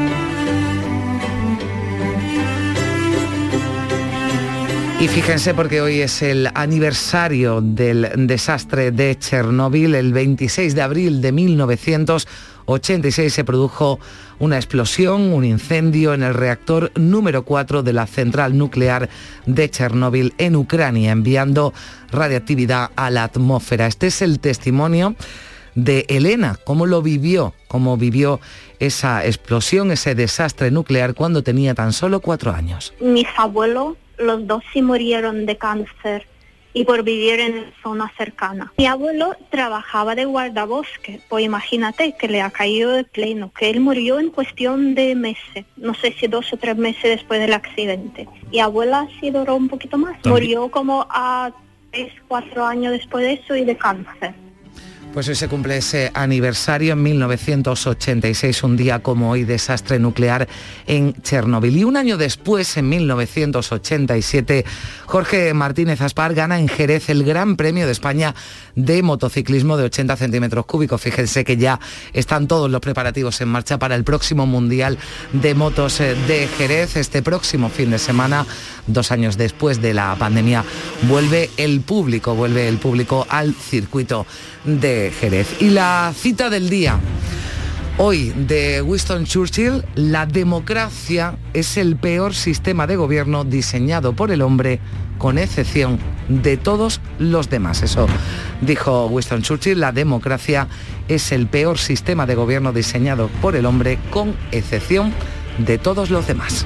Y fíjense porque hoy es el aniversario del desastre de Chernóbil. El 26 de abril de 1986 se produjo una explosión, un incendio en el reactor número 4 de la central nuclear de Chernóbil en Ucrania, enviando radiactividad a la atmósfera. Este es el testimonio de Elena, cómo vivió esa explosión, ese desastre nuclear cuando tenía tan solo 4 años. Mis abuelos, los dos sí murieron de cáncer y por vivir en zonas cercanas. Mi abuelo trabajaba de guardabosque, pues imagínate que le ha caído de pleno, que él murió en cuestión de meses, no sé si 2 o 3 meses después del accidente. Y abuela sí duró un poquito más, murió como a 3, 4 años después de eso y de cáncer. Pues hoy se cumple ese aniversario, en 1986, un día como hoy, desastre nuclear en Chernóbil. Y un año después, en 1987, Jorge Martínez Aspar gana en Jerez el Gran Premio de España de motociclismo de 80 centímetros cúbicos. Fíjense que ya están todos los preparativos en marcha para el próximo Mundial de Motos de Jerez. Este próximo fin de semana, 2 años después de la pandemia, vuelve el público al circuito de Jerez. Y la cita del día hoy de Winston Churchill: la democracia es el peor sistema de gobierno diseñado por el hombre, con excepción de todos los demás. Eso dijo Winston Churchill: la democracia es el peor sistema de gobierno diseñado por el hombre, con excepción de todos los demás.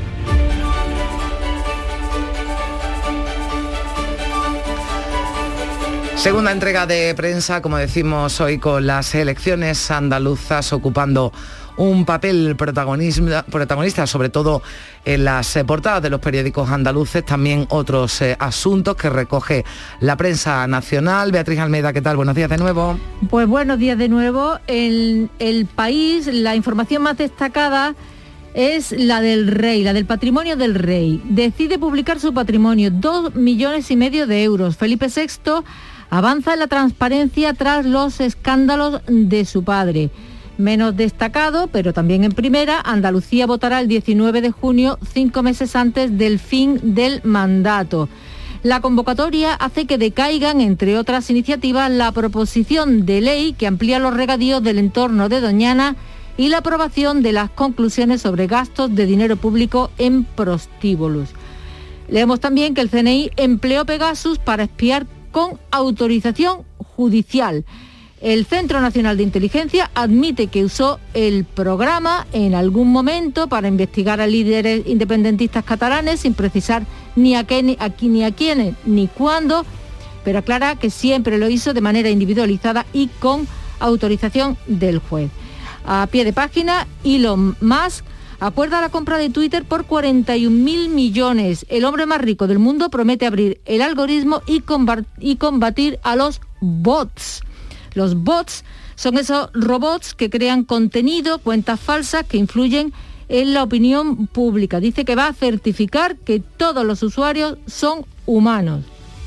Segunda entrega de prensa, como decimos hoy, con las elecciones andaluzas ocupando un papel protagonista, sobre todo en las portadas de los periódicos andaluces, también otros asuntos que recoge la prensa nacional. Beatriz Almeida, ¿qué tal? Buenos días de nuevo. Pues buenos días de nuevo. En El País, la información más destacada es la del rey, la del patrimonio del rey. Decide publicar su patrimonio, 2,5 millones de euros. Felipe VI avanza en la transparencia tras los escándalos de su padre. Menos destacado, pero también en primera, Andalucía votará el 19 de junio, 5 meses antes del fin del mandato. La convocatoria hace que decaigan, entre otras iniciativas, la proposición de ley que amplía los regadíos del entorno de Doñana y la aprobación de las conclusiones sobre gastos de dinero público en prostíbulos. Leemos también que el CNI empleó Pegasus para espiar con autorización judicial. El Centro Nacional de Inteligencia admite que usó el programa en algún momento para investigar a líderes independentistas catalanes, sin precisar ni a quiénes ni cuándo, pero aclara que siempre lo hizo de manera individualizada y con autorización del juez. A pie de página, Elon Musk acuerda la compra de Twitter por 41.000 millones. El hombre más rico del mundo promete abrir el algoritmo y combatir a los bots. Los bots son esos robots que crean contenido, cuentas falsas que influyen en la opinión pública. Dice que va a certificar que todos los usuarios son humanos.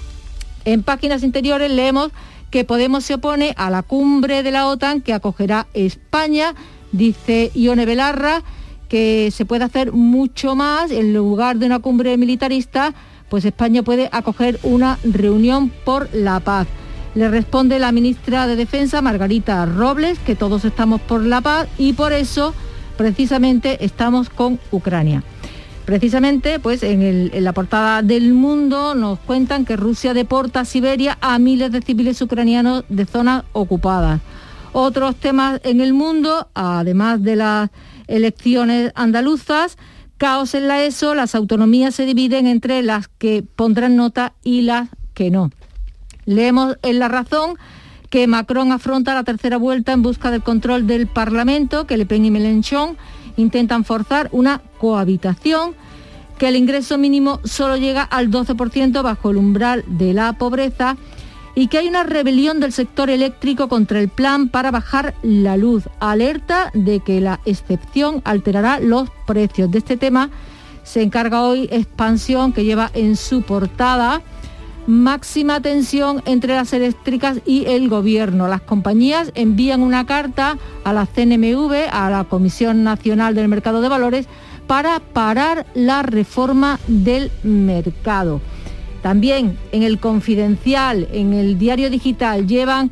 En páginas interiores leemos que Podemos se opone a la cumbre de la OTAN que acogerá España. Dice Ione Belarra que se puede hacer mucho más. En lugar de una cumbre militarista, pues España puede acoger una reunión por la paz. Le responde la ministra de Defensa, Margarita Robles, que todos estamos por la paz y por eso precisamente estamos con Ucrania. Precisamente, pues en la portada del Mundo nos cuentan que Rusia deporta a Siberia a miles de civiles ucranianos de zonas ocupadas. Otros temas en el mundo, además de las elecciones andaluzas: caos en la ESO, las autonomías se dividen entre las que pondrán nota y las que no. Leemos en La Razón que Macron afronta la tercera vuelta en busca del control del Parlamento, que Le Pen y Mélenchon intentan forzar una cohabitación, que el ingreso mínimo solo llega al 12% bajo el umbral de la pobreza y que hay una rebelión del sector eléctrico contra el plan para bajar la luz. Alerta de que la excepción alterará los precios. De este tema se encarga hoy Expansión, que lleva en su portada: máxima tensión entre las eléctricas y el gobierno. Las compañías envían una carta a la CNMV, a la Comisión Nacional del Mercado de Valores, para parar la reforma del mercado. También en El Confidencial, en el Diario Digital, llevan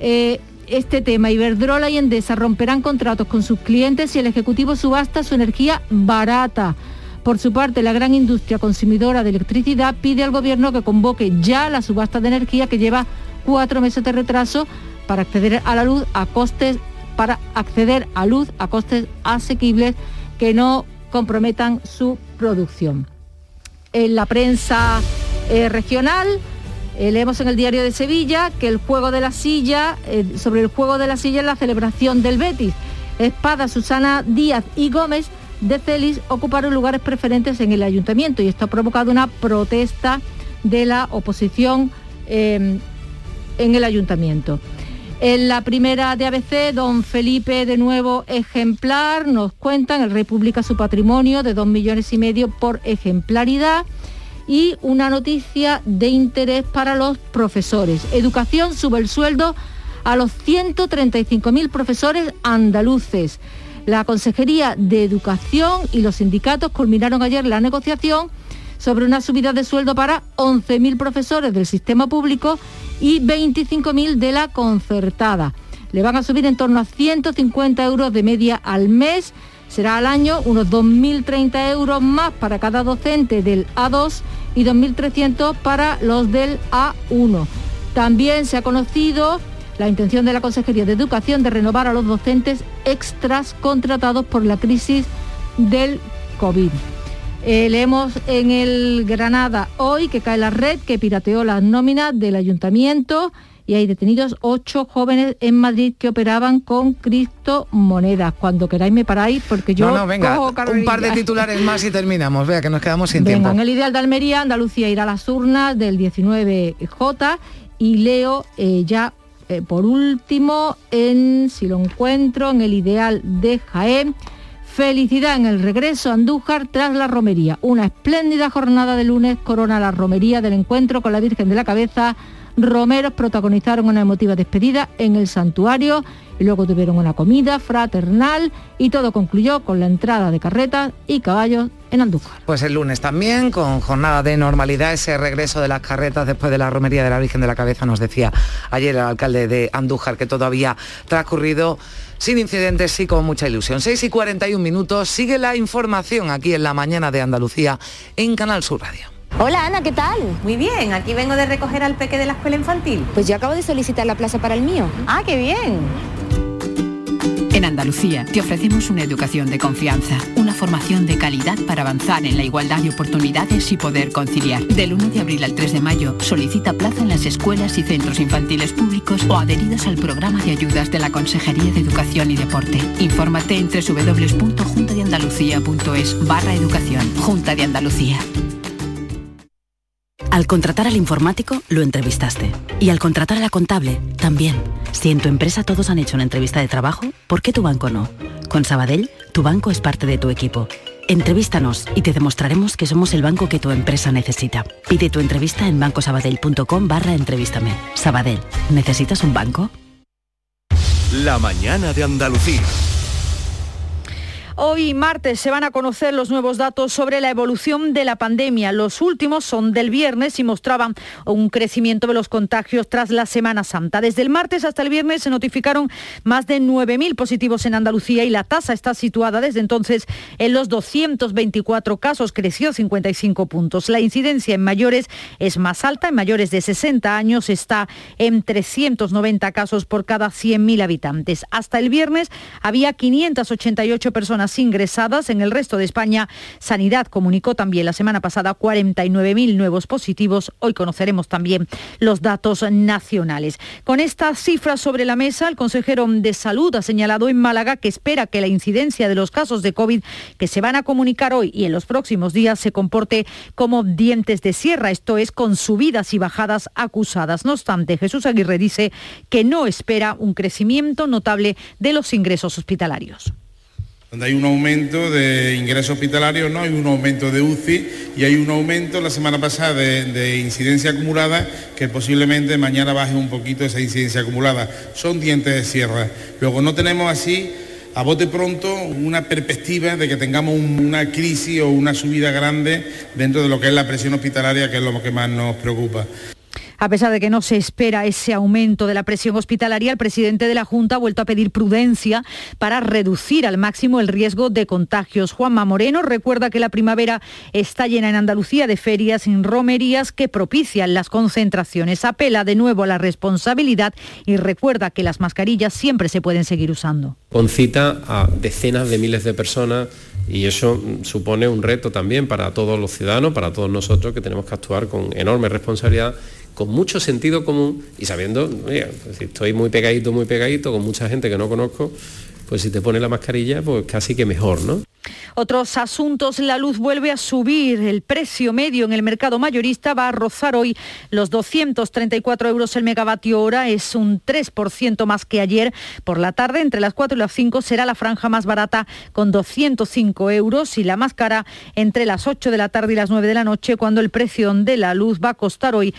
este tema: Iberdrola y Endesa romperán contratos con sus clientes si el Ejecutivo subasta su energía barata. Por su parte, la gran industria consumidora de electricidad pide al Gobierno que convoque ya la subasta de energía, que lleva 4 meses de retraso, para acceder a la luz a costes asequibles que no comprometan su producción. En la prensa regional, Leemos en el Diario de Sevilla que el juego de la silla, sobre el juego de la silla en la celebración del Betis. Espada, Susana Díaz y Gómez de Celis ocuparon lugares preferentes en el ayuntamiento y esto ha provocado una protesta de la oposición en el ayuntamiento. En la primera de ABC, don Felipe, de nuevo ejemplar, nos cuentan, el rey publica su patrimonio de 2,5 millones por ejemplaridad. Y una noticia de interés para los profesores. Educación sube el sueldo a los 135.000 profesores andaluces. La Consejería de Educación y los sindicatos culminaron ayer la negociación sobre una subida de sueldo para 11.000 profesores del sistema público y 25.000 de la concertada. Le van a subir en torno a 150 euros de media al mes. Será al año unos 2.030 euros más para cada docente del A2 y 2.300 para los del A1. También se ha conocido la intención de la Consejería de Educación de renovar a los docentes extras contratados por la crisis del COVID. Leemos en el Granada hoy que cae la red que pirateó las nóminas del ayuntamiento y hay detenidos 8 jóvenes en Madrid que operaban con criptomonedas. Cuando queráis me paráis porque yo venga, cojo carrerilla. Un par de titulares más y terminamos. Vea que nos quedamos sin tiempo. En el Ideal de Almería, Andalucía irá a las urnas del 19J y leo por último, si lo encuentro, en el Ideal de Jaén, felicidad en el regreso a Andújar tras la romería. Una espléndida jornada de lunes corona la romería del encuentro con la Virgen de la Cabeza. Romeros protagonizaron una emotiva despedida en el santuario y luego tuvieron una comida fraternal y todo concluyó con la entrada de carretas y caballos en Andújar. Pues el lunes también, con jornada de normalidad, ese regreso de las carretas después de la romería de la Virgen de la Cabeza, nos decía ayer el alcalde de Andújar que todo había transcurrido sin incidentes y con mucha ilusión. 6:41, sigue la información aquí en La Mañana de Andalucía en Canal Sur Radio. Hola Ana, ¿qué tal? Muy bien, aquí vengo de recoger al peque de la escuela infantil. Pues yo acabo de solicitar la plaza para el mío. Ah, qué bien. En Andalucía te ofrecemos una educación de confianza, una formación de calidad para avanzar en la igualdad de oportunidades y poder conciliar. Del 1 de abril al 3 de mayo solicita plaza en las escuelas y centros infantiles públicos o adheridos al programa de ayudas de la Consejería de Educación y Deporte. Infórmate en www.juntadeandalucía.es/educación. Junta de Andalucía. Al contratar al informático, lo entrevistaste. Y al contratar a la contable, también. Si en tu empresa todos han hecho una entrevista de trabajo, ¿por qué tu banco no? Con Sabadell, tu banco es parte de tu equipo. Entrevístanos y te demostraremos que somos el banco que tu empresa necesita. Pide tu entrevista en bancosabadell.com/entrevístame. Sabadell, ¿necesitas un banco? La Mañana de Andalucía. Hoy martes se van a conocer los nuevos datos sobre la evolución de la pandemia. Los últimos son del viernes y mostraban un crecimiento de los contagios tras la Semana Santa. Desde el martes hasta el viernes se notificaron más de 9.000 positivos en Andalucía y la tasa está situada desde entonces en los 224 casos, creció 55 puntos. La incidencia en mayores es más alta, en mayores de 60 años está en 390 casos por cada 100.000 habitantes. Hasta el viernes había 588 personas ingresadas. En el resto de España, Sanidad comunicó también la semana pasada 49.000 nuevos positivos. Hoy conoceremos también los datos nacionales. Con estas cifras sobre la mesa, el consejero de Salud ha señalado en Málaga que espera que la incidencia de los casos de COVID que se van a comunicar hoy y en los próximos días se comporte como dientes de sierra, esto es, con subidas y bajadas acusadas. No obstante, Jesús Aguirre dice que no espera un crecimiento notable de los ingresos hospitalarios. Donde hay un aumento de ingresos hospitalarios, no hay un aumento de UCI y hay un aumento la semana pasada de incidencia acumulada que posiblemente mañana baje un poquito esa incidencia acumulada. Son dientes de sierra. Luego no tenemos así, a bote pronto, una perspectiva de que tengamos una crisis o una subida grande dentro de lo que es la presión hospitalaria, que es lo que más nos preocupa. A pesar de que no se espera ese aumento de la presión hospitalaria, el presidente de la Junta ha vuelto a pedir prudencia para reducir al máximo el riesgo de contagios. Juanma Moreno recuerda que la primavera está llena en Andalucía de ferias y romerías que propician las concentraciones. Apela de nuevo a la responsabilidad y recuerda que las mascarillas siempre se pueden seguir usando. Concita a decenas de miles de personas y eso supone un reto también para todos los ciudadanos, para todos nosotros que tenemos que actuar con enorme responsabilidad, con mucho sentido común y sabiendo, mira, pues si estoy muy pegadito, con mucha gente que no conozco, pues si te pone la mascarilla, pues casi que mejor, ¿no? Otros asuntos, la luz vuelve a subir. El precio medio en el mercado mayorista va a rozar hoy los 234 euros el megavatio hora. Es un 3% más que ayer. Por la tarde, entre las 4 y las 5, será la franja más barata con 205 euros y la más cara entre las 8 de la tarde y las 9 de la noche, cuando el precio de la luz va a costar hoy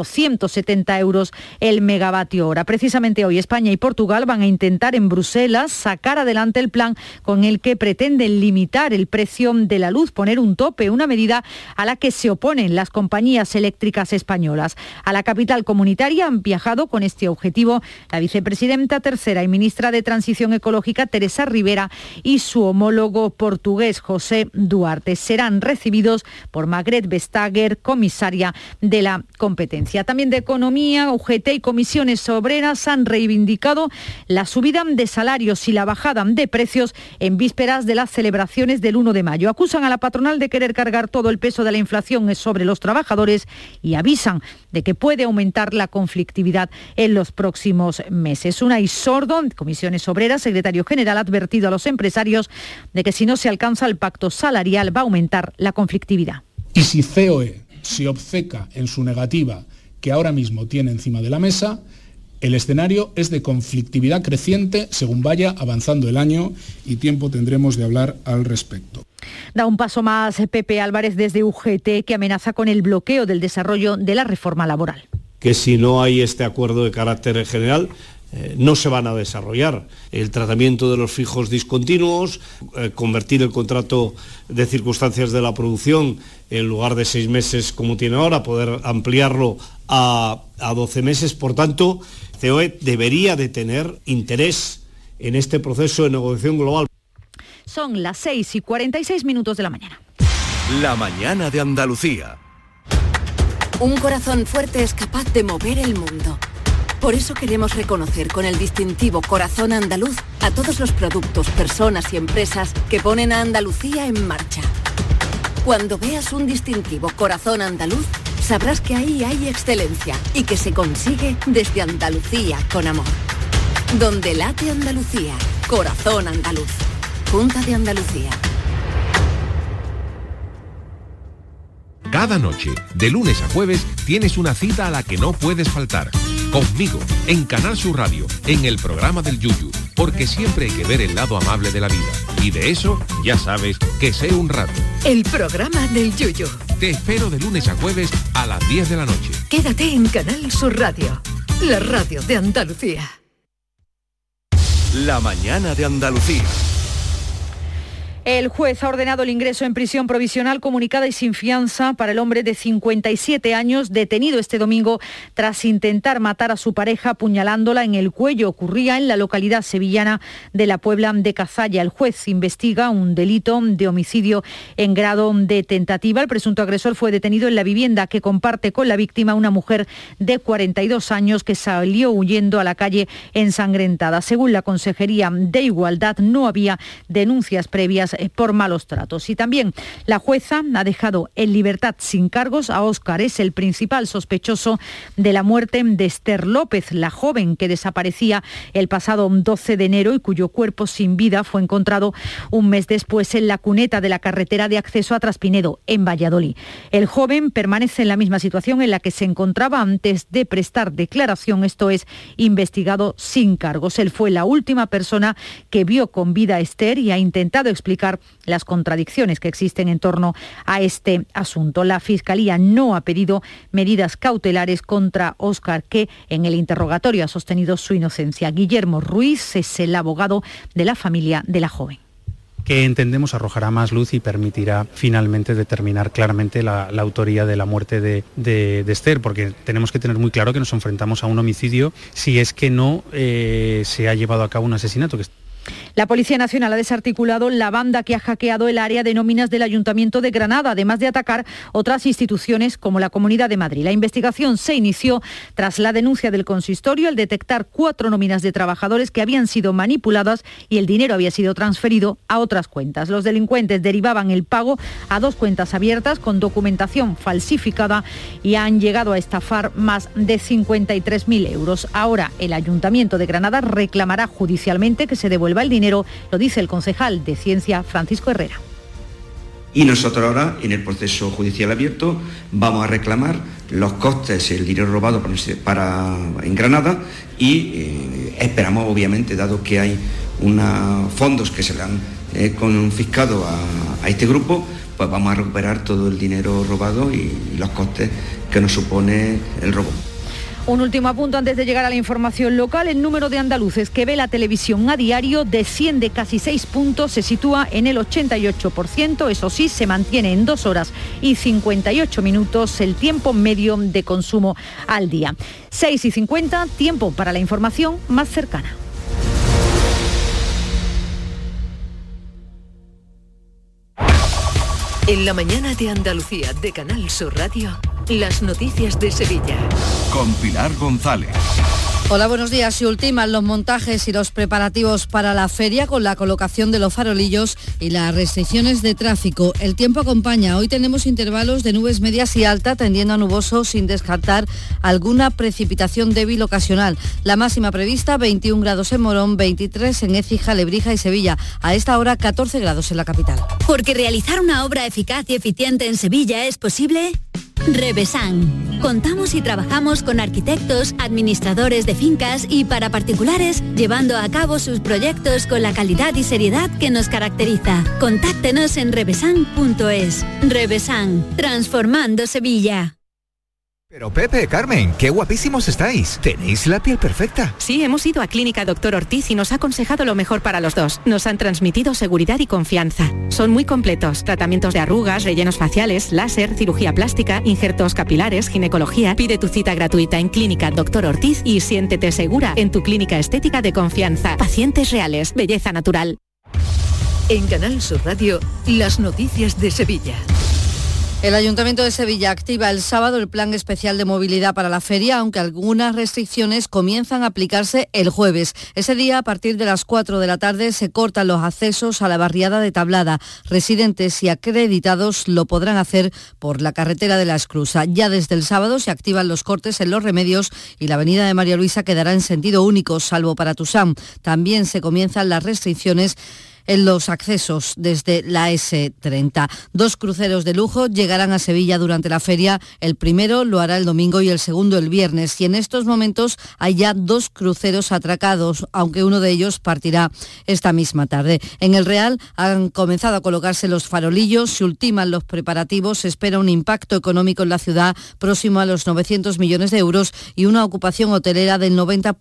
270 euros el megavatio hora. Precisamente hoy España y Portugal van a intentar en Bruselas sacar adelante el plan con el que pretenden limitar el precio de la luz, poner un tope, una medida a la que se oponen las compañías eléctricas españolas. A la capital comunitaria han viajado con este objetivo la vicepresidenta tercera y ministra de Transición Ecológica, Teresa Rivera, y su homólogo portugués, José Duarte. Serán recibidos por Margrethe Vestager, comisaria de la competencia. También de Economía, UGT y comisiones obreras han reivindicado la subida de salarios y la bajada de precios en vísperas de las celebraciones del 1 de mayo. Acusan a la patronal de querer cargar todo el peso de la inflación sobre los trabajadores y avisan de que puede aumentar la conflictividad en los próximos meses. Unai Sordo, Comisiones Obreras, secretario general, ha advertido a los empresarios de que si no se alcanza el pacto salarial va a aumentar la conflictividad. Y si COE se obceca en su negativa que ahora mismo tiene encima de la mesa, el escenario es de conflictividad creciente según vaya avanzando el año y tiempo tendremos de hablar al respecto. Da un paso más Pepe Álvarez desde UGT, que amenaza con el bloqueo del desarrollo de la reforma laboral. Que si no hay este acuerdo de carácter general, no se van a desarrollar. El tratamiento de los fijos discontinuos, convertir el contrato de circunstancias de la producción en lugar de 6 meses como tiene ahora, poder ampliarlo a 12 meses. Por tanto, COE debería de tener interés en este proceso de negociación global. Son las 6:46 de la mañana. La mañana de Andalucía. Un corazón fuerte es capaz de mover el mundo. Por eso queremos reconocer con el distintivo Corazón Andaluz a todos los productos, personas y empresas que ponen a Andalucía en marcha. Cuando veas un distintivo Corazón Andaluz, sabrás que ahí hay excelencia y que se consigue desde Andalucía con amor. Donde late Andalucía, Corazón Andaluz. Junta de Andalucía. Cada noche, de lunes a jueves, tienes una cita a la que no puedes faltar. Conmigo, en Canal Sur Radio, en el programa del Yuyu, porque siempre hay que ver el lado amable de la vida. Y de eso, ya sabes, que sé un rato. El programa del Yuyu. Te espero de lunes a jueves a las 10 de la noche. Quédate en Canal Sur Radio, la radio de Andalucía. La mañana de Andalucía. El juez ha ordenado el ingreso en prisión provisional comunicada y sin fianza para el hombre de 57 años detenido este domingo tras intentar matar a su pareja apuñalándola en el cuello. Ocurría en la localidad sevillana de la Puebla de Cazalla. El juez investiga un delito de homicidio en grado de tentativa. El presunto agresor fue detenido en la vivienda que comparte con la víctima, una mujer de 42 años que salió huyendo a la calle ensangrentada. Según la Consejería de Igualdad, no había denuncias previas por malos tratos. Y también la jueza ha dejado en libertad sin cargos a Óscar. Es el principal sospechoso de la muerte de Esther López, la joven que desaparecía el pasado 12 de enero y cuyo cuerpo sin vida fue encontrado un mes después en la cuneta de la carretera de acceso a Traspinedo, en Valladolid. El joven permanece en la misma situación en la que se encontraba antes de prestar declaración, esto es, investigado sin cargos. Él fue la última persona que vio con vida a Esther y ha intentado explicar las contradicciones que existen en torno a este asunto. La Fiscalía no ha pedido medidas cautelares contra Óscar, que en el interrogatorio ha sostenido su inocencia. Guillermo Ruiz es el abogado de la familia de la joven. Que entendemos arrojará más luz y permitirá finalmente determinar claramente la autoría de la muerte de Esther, porque tenemos que tener muy claro que nos enfrentamos a un homicidio si es que no se ha llevado a cabo un asesinato. La Policía Nacional ha desarticulado la banda que ha hackeado el área de nóminas del Ayuntamiento de Granada, además de atacar otras instituciones como la Comunidad de Madrid. La investigación se inició tras la denuncia del consistorio al detectar 4 nóminas de trabajadores que habían sido manipuladas y el dinero había sido transferido a otras cuentas. Los delincuentes derivaban el pago a 2 cuentas abiertas con documentación falsificada y han llegado a estafar más de 53.000 euros. Ahora el Ayuntamiento de Granada reclamará judicialmente que se devuelva el dinero, lo dice el concejal de Ciencia, Francisco Herrera. Y nosotros ahora, en el proceso judicial abierto, vamos a reclamar los costes, el dinero robado en Granada y esperamos, obviamente, dado que hay unos fondos que se le han confiscado a este grupo, pues vamos a recuperar todo el dinero robado y los costes que nos supone el robo. Un último apunto antes de llegar a la información local. El número de andaluces que ve la televisión a diario desciende casi 6 puntos, se sitúa en el 88%. Eso sí, se mantiene en 2 horas y 58 minutos el tiempo medio de consumo al día. 6:50, tiempo para la información más cercana. En la mañana de Andalucía de Canal Sur Radio, las noticias de Sevilla. Con Pilar González. Hola, buenos días. Se ultiman los montajes y los preparativos para la feria con la colocación de los farolillos y las restricciones de tráfico. El tiempo acompaña. Hoy tenemos intervalos de nubes medias y alta tendiendo a nuboso sin descartar alguna precipitación débil ocasional. La máxima prevista 21 grados en Morón, 23 en Écija, Lebrija y Sevilla. A esta hora 14 grados en la capital. Porque realizar una obra eficaz y eficiente en Sevilla es posible. Revesan. Contamos y trabajamos con arquitectos, administradores de fincas y para particulares, llevando a cabo sus proyectos con la calidad y seriedad que nos caracteriza. Contáctenos en revesan.es. Revesan, transformando Sevilla. Pero Pepe, Carmen, qué guapísimos estáis. Tenéis la piel perfecta. Sí, hemos ido a Clínica Doctor Ortiz y nos ha aconsejado lo mejor para los dos. Nos han transmitido seguridad y confianza. Son muy completos. Tratamientos de arrugas, rellenos faciales, láser, cirugía plástica, injertos capilares, ginecología. Pide tu cita gratuita en Clínica Doctor Ortiz y siéntete segura en tu clínica estética de confianza. Pacientes reales, belleza natural. En Canal Sur Radio, las noticias de Sevilla. El Ayuntamiento de Sevilla activa el sábado el plan especial de movilidad para la feria, aunque algunas restricciones comienzan a aplicarse el jueves. Ese día, a partir de las 4 de la tarde, se cortan los accesos a la barriada de Tablada. Residentes y acreditados lo podrán hacer por la carretera de la Esclusa. Ya desde el sábado se activan los cortes en Los Remedios y la avenida de María Luisa quedará en sentido único, salvo para Tusam. También se comienzan las restricciones en los accesos desde la S30. 2 cruceros de lujo llegarán a Sevilla durante la feria. El primero lo hará el domingo y el segundo el viernes. Y en estos momentos hay ya 2 cruceros atracados, aunque uno de ellos partirá esta misma tarde. En el Real han comenzado a colocarse los farolillos, se ultiman los preparativos, se espera un impacto económico en la ciudad próximo a los 900 millones de euros y una ocupación hotelera del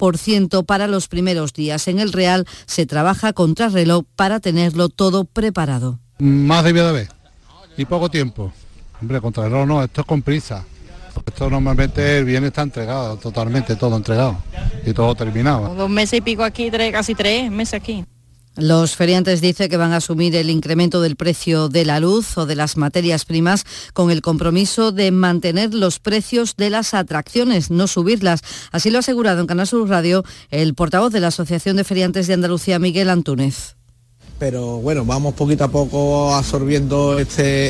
90% para los primeros días. En el Real se trabaja contrarreloj para tenerlo todo preparado. Más debía de haber y poco tiempo. Hombre, contrarreloj no, esto es con prisa. Esto normalmente el viernes está entregado, totalmente todo entregado y todo terminado. 2 meses y pico aquí, casi 3 meses aquí. Los feriantes dicen que van a asumir el incremento del precio de la luz o de las materias primas con el compromiso de mantener los precios de las atracciones, no subirlas. Así lo ha asegurado en Canal Sur Radio el portavoz de la Asociación de Feriantes de Andalucía, Miguel Antúnez. Pero bueno, vamos poquito a poco absorbiendo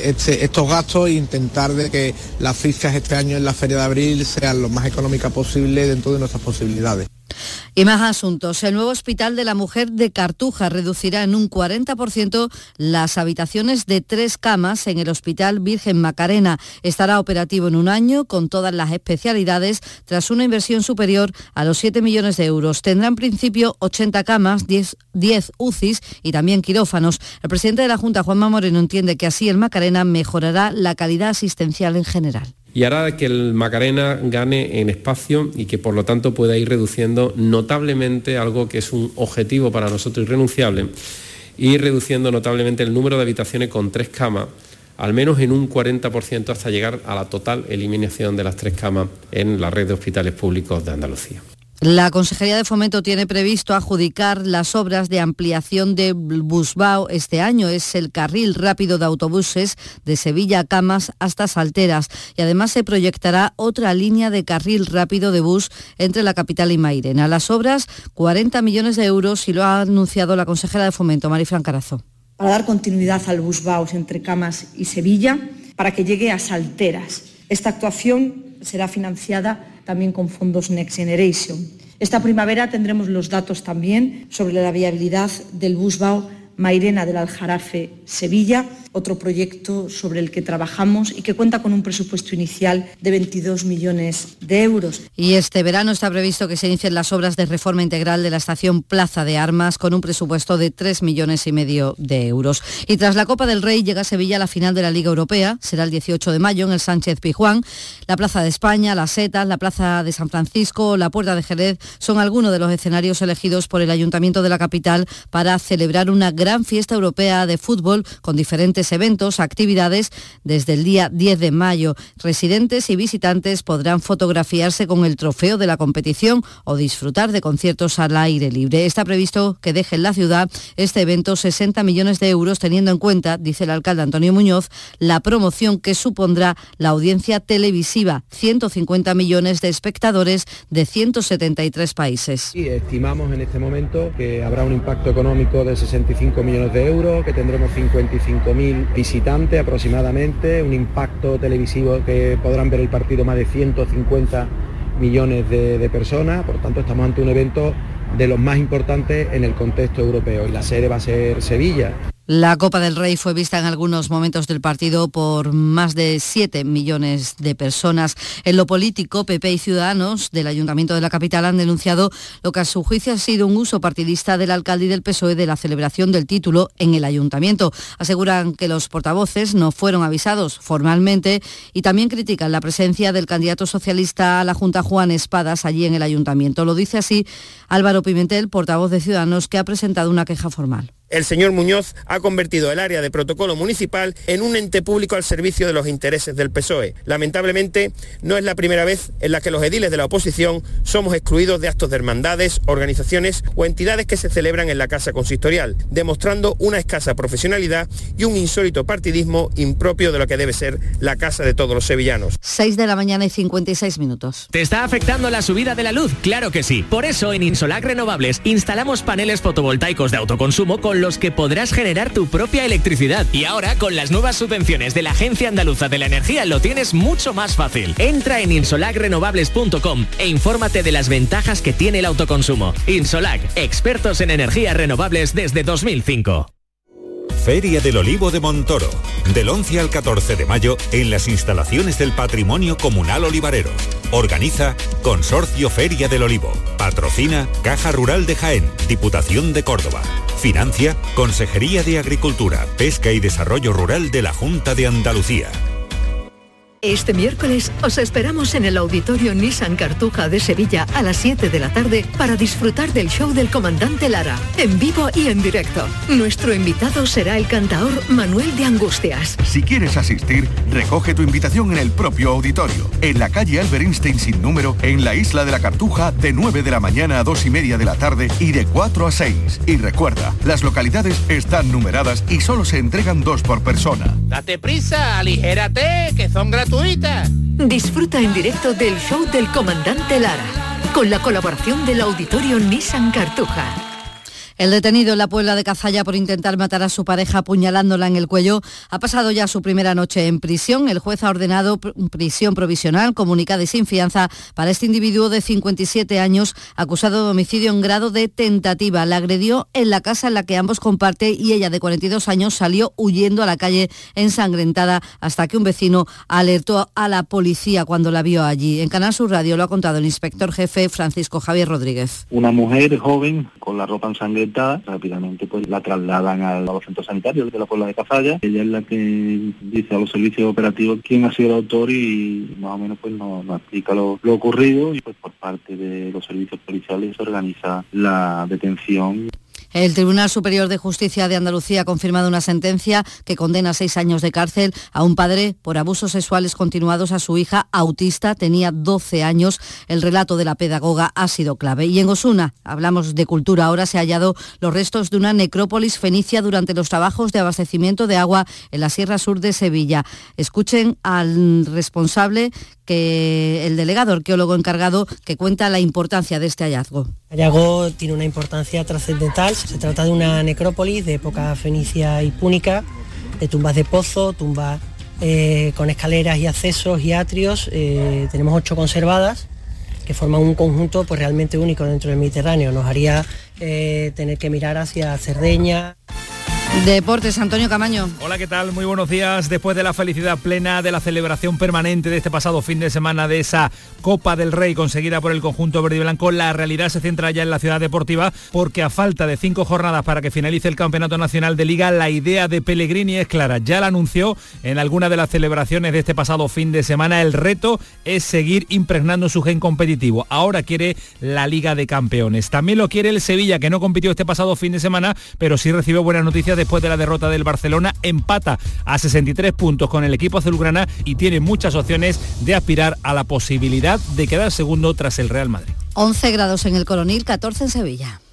estos gastos e intentar de que las fichas este año en la Feria de Abril sean lo más económicas posible dentro de nuestras posibilidades. Y más asuntos. El nuevo Hospital de la Mujer de Cartuja reducirá en un 40% las habitaciones de 3 camas en el Hospital Virgen Macarena. Estará operativo en un año con todas las especialidades tras una inversión superior a los 7 millones de euros. Tendrá en principio 80 camas, 10 UCIs y también quirófanos. El presidente de la Junta, Juanma Moreno, entiende que así el Macarena mejorará la calidad asistencial en general. Y hará que el Macarena gane en espacio y que por lo tanto pueda ir reduciendo notablemente algo que es un objetivo para nosotros irrenunciable, ir reduciendo notablemente el número de habitaciones con 3 camas, al menos en un 40% hasta llegar a la total eliminación de las 3 camas en la red de hospitales públicos de Andalucía. La Consejería de Fomento tiene previsto adjudicar las obras de ampliación de Busbao este año. Es el carril rápido de autobuses de Sevilla a Camas hasta Salteras. Y además se proyectará otra línea de carril rápido de bus entre la capital y Mairena. Las obras, 40 millones de euros, y lo ha anunciado la consejera de Fomento, Marifran Carazo. Para dar continuidad al Busbao entre Camas y Sevilla, para que llegue a Salteras. Esta actuación será financiada también con fondos Next Generation. Esta primavera tendremos los datos también sobre la viabilidad del Busbao Mairena del Aljarafe Sevilla, otro proyecto sobre el que trabajamos y que cuenta con un presupuesto inicial de 22 millones de euros. Y este verano está previsto que se inicien las obras de reforma integral de la estación Plaza de Armas con un presupuesto de 3,5 millones de euros. Y tras la Copa del Rey llega a Sevilla la final de la Liga Europea, será el 18 de mayo en el Sánchez Pizjuán. La Plaza de España, las Setas, la Plaza de San Francisco, la Puerta de Jerez son algunos de los escenarios elegidos por el Ayuntamiento de la capital para celebrar una gran fiesta europea de fútbol con diferentes eventos, actividades desde el día 10 de mayo. Residentes y visitantes podrán fotografiarse con el trofeo de la competición o disfrutar de conciertos al aire libre. Está previsto que deje en la ciudad este evento 60 millones de euros, teniendo en cuenta, dice el alcalde Antonio Muñoz, la promoción que supondrá la audiencia televisiva, 150 millones de espectadores de 173 países. Sí, estimamos en este momento que habrá un impacto económico de 65 millones de euros, que tendremos 55.000 visitantes aproximadamente, un impacto televisivo que podrán ver el partido más de 150 millones de personas, por tanto estamos ante un evento de los más importantes en el contexto europeo y la sede va a ser Sevilla. La Copa del Rey fue vista en algunos momentos del partido por más de 7 millones de personas. En lo político, PP y Ciudadanos del Ayuntamiento de la capital han denunciado lo que a su juicio ha sido un uso partidista del alcalde y del PSOE de la celebración del título en el Ayuntamiento. Aseguran que los portavoces no fueron avisados formalmente y también critican la presencia del candidato socialista a la Junta, Juan Espadas, allí en el Ayuntamiento. Lo dice así Álvaro Pimentel, portavoz de Ciudadanos, que ha presentado una queja formal. El señor Muñoz ha convertido el área de protocolo municipal en un ente público al servicio de los intereses del PSOE. Lamentablemente, no es la primera vez en la que los ediles de la oposición somos excluidos de actos de hermandades, organizaciones o entidades que se celebran en la Casa Consistorial, demostrando una escasa profesionalidad y un insólito partidismo impropio de lo que debe ser la casa de todos los sevillanos. 6 de la mañana y 56 minutos. ¿Te está afectando la subida de la luz? Claro que sí. Por eso en Insolac Renovables instalamos paneles fotovoltaicos de autoconsumo con los que podrás generar tu propia electricidad. Y ahora, con las nuevas subvenciones de la Agencia Andaluza de la Energía, lo tienes mucho más fácil. Entra en insolacrenovables.com e infórmate de las ventajas que tiene el autoconsumo. Insolac, expertos en energías renovables desde 2005. Feria del Olivo de Montoro, del 11 al 14 de mayo en las instalaciones del Patrimonio Comunal Olivarero. Organiza Consorcio Feria del Olivo. Patrocina Caja Rural de Jaén, Diputación de Córdoba. Financia Consejería de Agricultura, Pesca y Desarrollo Rural de la Junta de Andalucía. Este miércoles os esperamos en el Auditorio Nissan Cartuja de Sevilla a las 7 de la tarde para disfrutar del show del Comandante Lara, en vivo y en directo. Nuestro invitado será el cantaor Manuel de Angustias. Si quieres asistir, recoge tu invitación en el propio auditorio, en la calle Albert Einstein sin número, en la Isla de la Cartuja, de 9 de la mañana a 2:30 de la tarde y de 4 a 6. Y recuerda, las localidades están numeradas y solo se entregan 2 por persona. Date prisa, aligérate, que son gratuitas. Disfruta en directo del show del Comandante Lara, con la colaboración del Auditorio Nissan Cartuja. El detenido en la Puebla de Cazalla por intentar matar a su pareja apuñalándola en el cuello ha pasado ya su primera noche en prisión. El juez ha ordenado prisión provisional, comunicada y sin fianza para este individuo de 57 años acusado de homicidio en grado de tentativa. La agredió en la casa en la que ambos comparten y ella, de 42 años, salió huyendo a la calle ensangrentada hasta que un vecino alertó a la policía cuando la vio allí. En Canal Sur Radio lo ha contado el inspector jefe Francisco Javier Rodríguez. Una mujer joven con la ropa ensangrentada, rápidamente pues la trasladan a los centros sanitarios de la Puebla de Cazalla. Ella es la que dice a los servicios operativos quién ha sido el autor y más o menos pues nos explica lo ocurrido y pues por parte de los servicios policiales se organiza la detención. El Tribunal Superior de Justicia de Andalucía ha confirmado una sentencia que condena a 6 años de cárcel a un padre por abusos sexuales continuados a su hija autista. Tenía 12 años. El relato de la pedagoga ha sido clave. Y en Osuna, hablamos de cultura, ahora se han hallado los restos de una necrópolis fenicia durante los trabajos de abastecimiento de agua en la Sierra Sur de Sevilla. Escuchen al responsable, el delegado arqueólogo encargado, que cuenta la importancia de este hallazgo. El hallazgo tiene una importancia trascendental. Se trata de una necrópolis de época fenicia y púnica, de tumbas de pozo, tumbas con escaleras y accesos y atrios. Tenemos 8 conservadas, que forman un conjunto pues realmente único dentro del Mediterráneo. Nos haría tener que mirar hacia Cerdeña. Deportes, Antonio Camaño. Hola, ¿qué tal? Muy buenos días. Después de la felicidad plena de la celebración permanente de este pasado fin de semana de esa Copa del Rey conseguida por el conjunto verde y blanco, la realidad se centra ya en la ciudad deportiva, porque a falta de 5 jornadas para que finalice el Campeonato Nacional de Liga, la idea de Pellegrini es clara. Ya la anunció en alguna de las celebraciones de este pasado fin de semana. El reto es seguir impregnando su gen competitivo. Ahora quiere la Liga de Campeones. También lo quiere el Sevilla, que no compitió este pasado fin de semana, pero sí recibió buenas noticias después de la derrota del Barcelona. Empata a 63 puntos con el equipo azulgrana y tiene muchas opciones de aspirar a la posibilidad de quedar segundo tras el Real Madrid. 11 grados en el Coronil, 14 en Sevilla.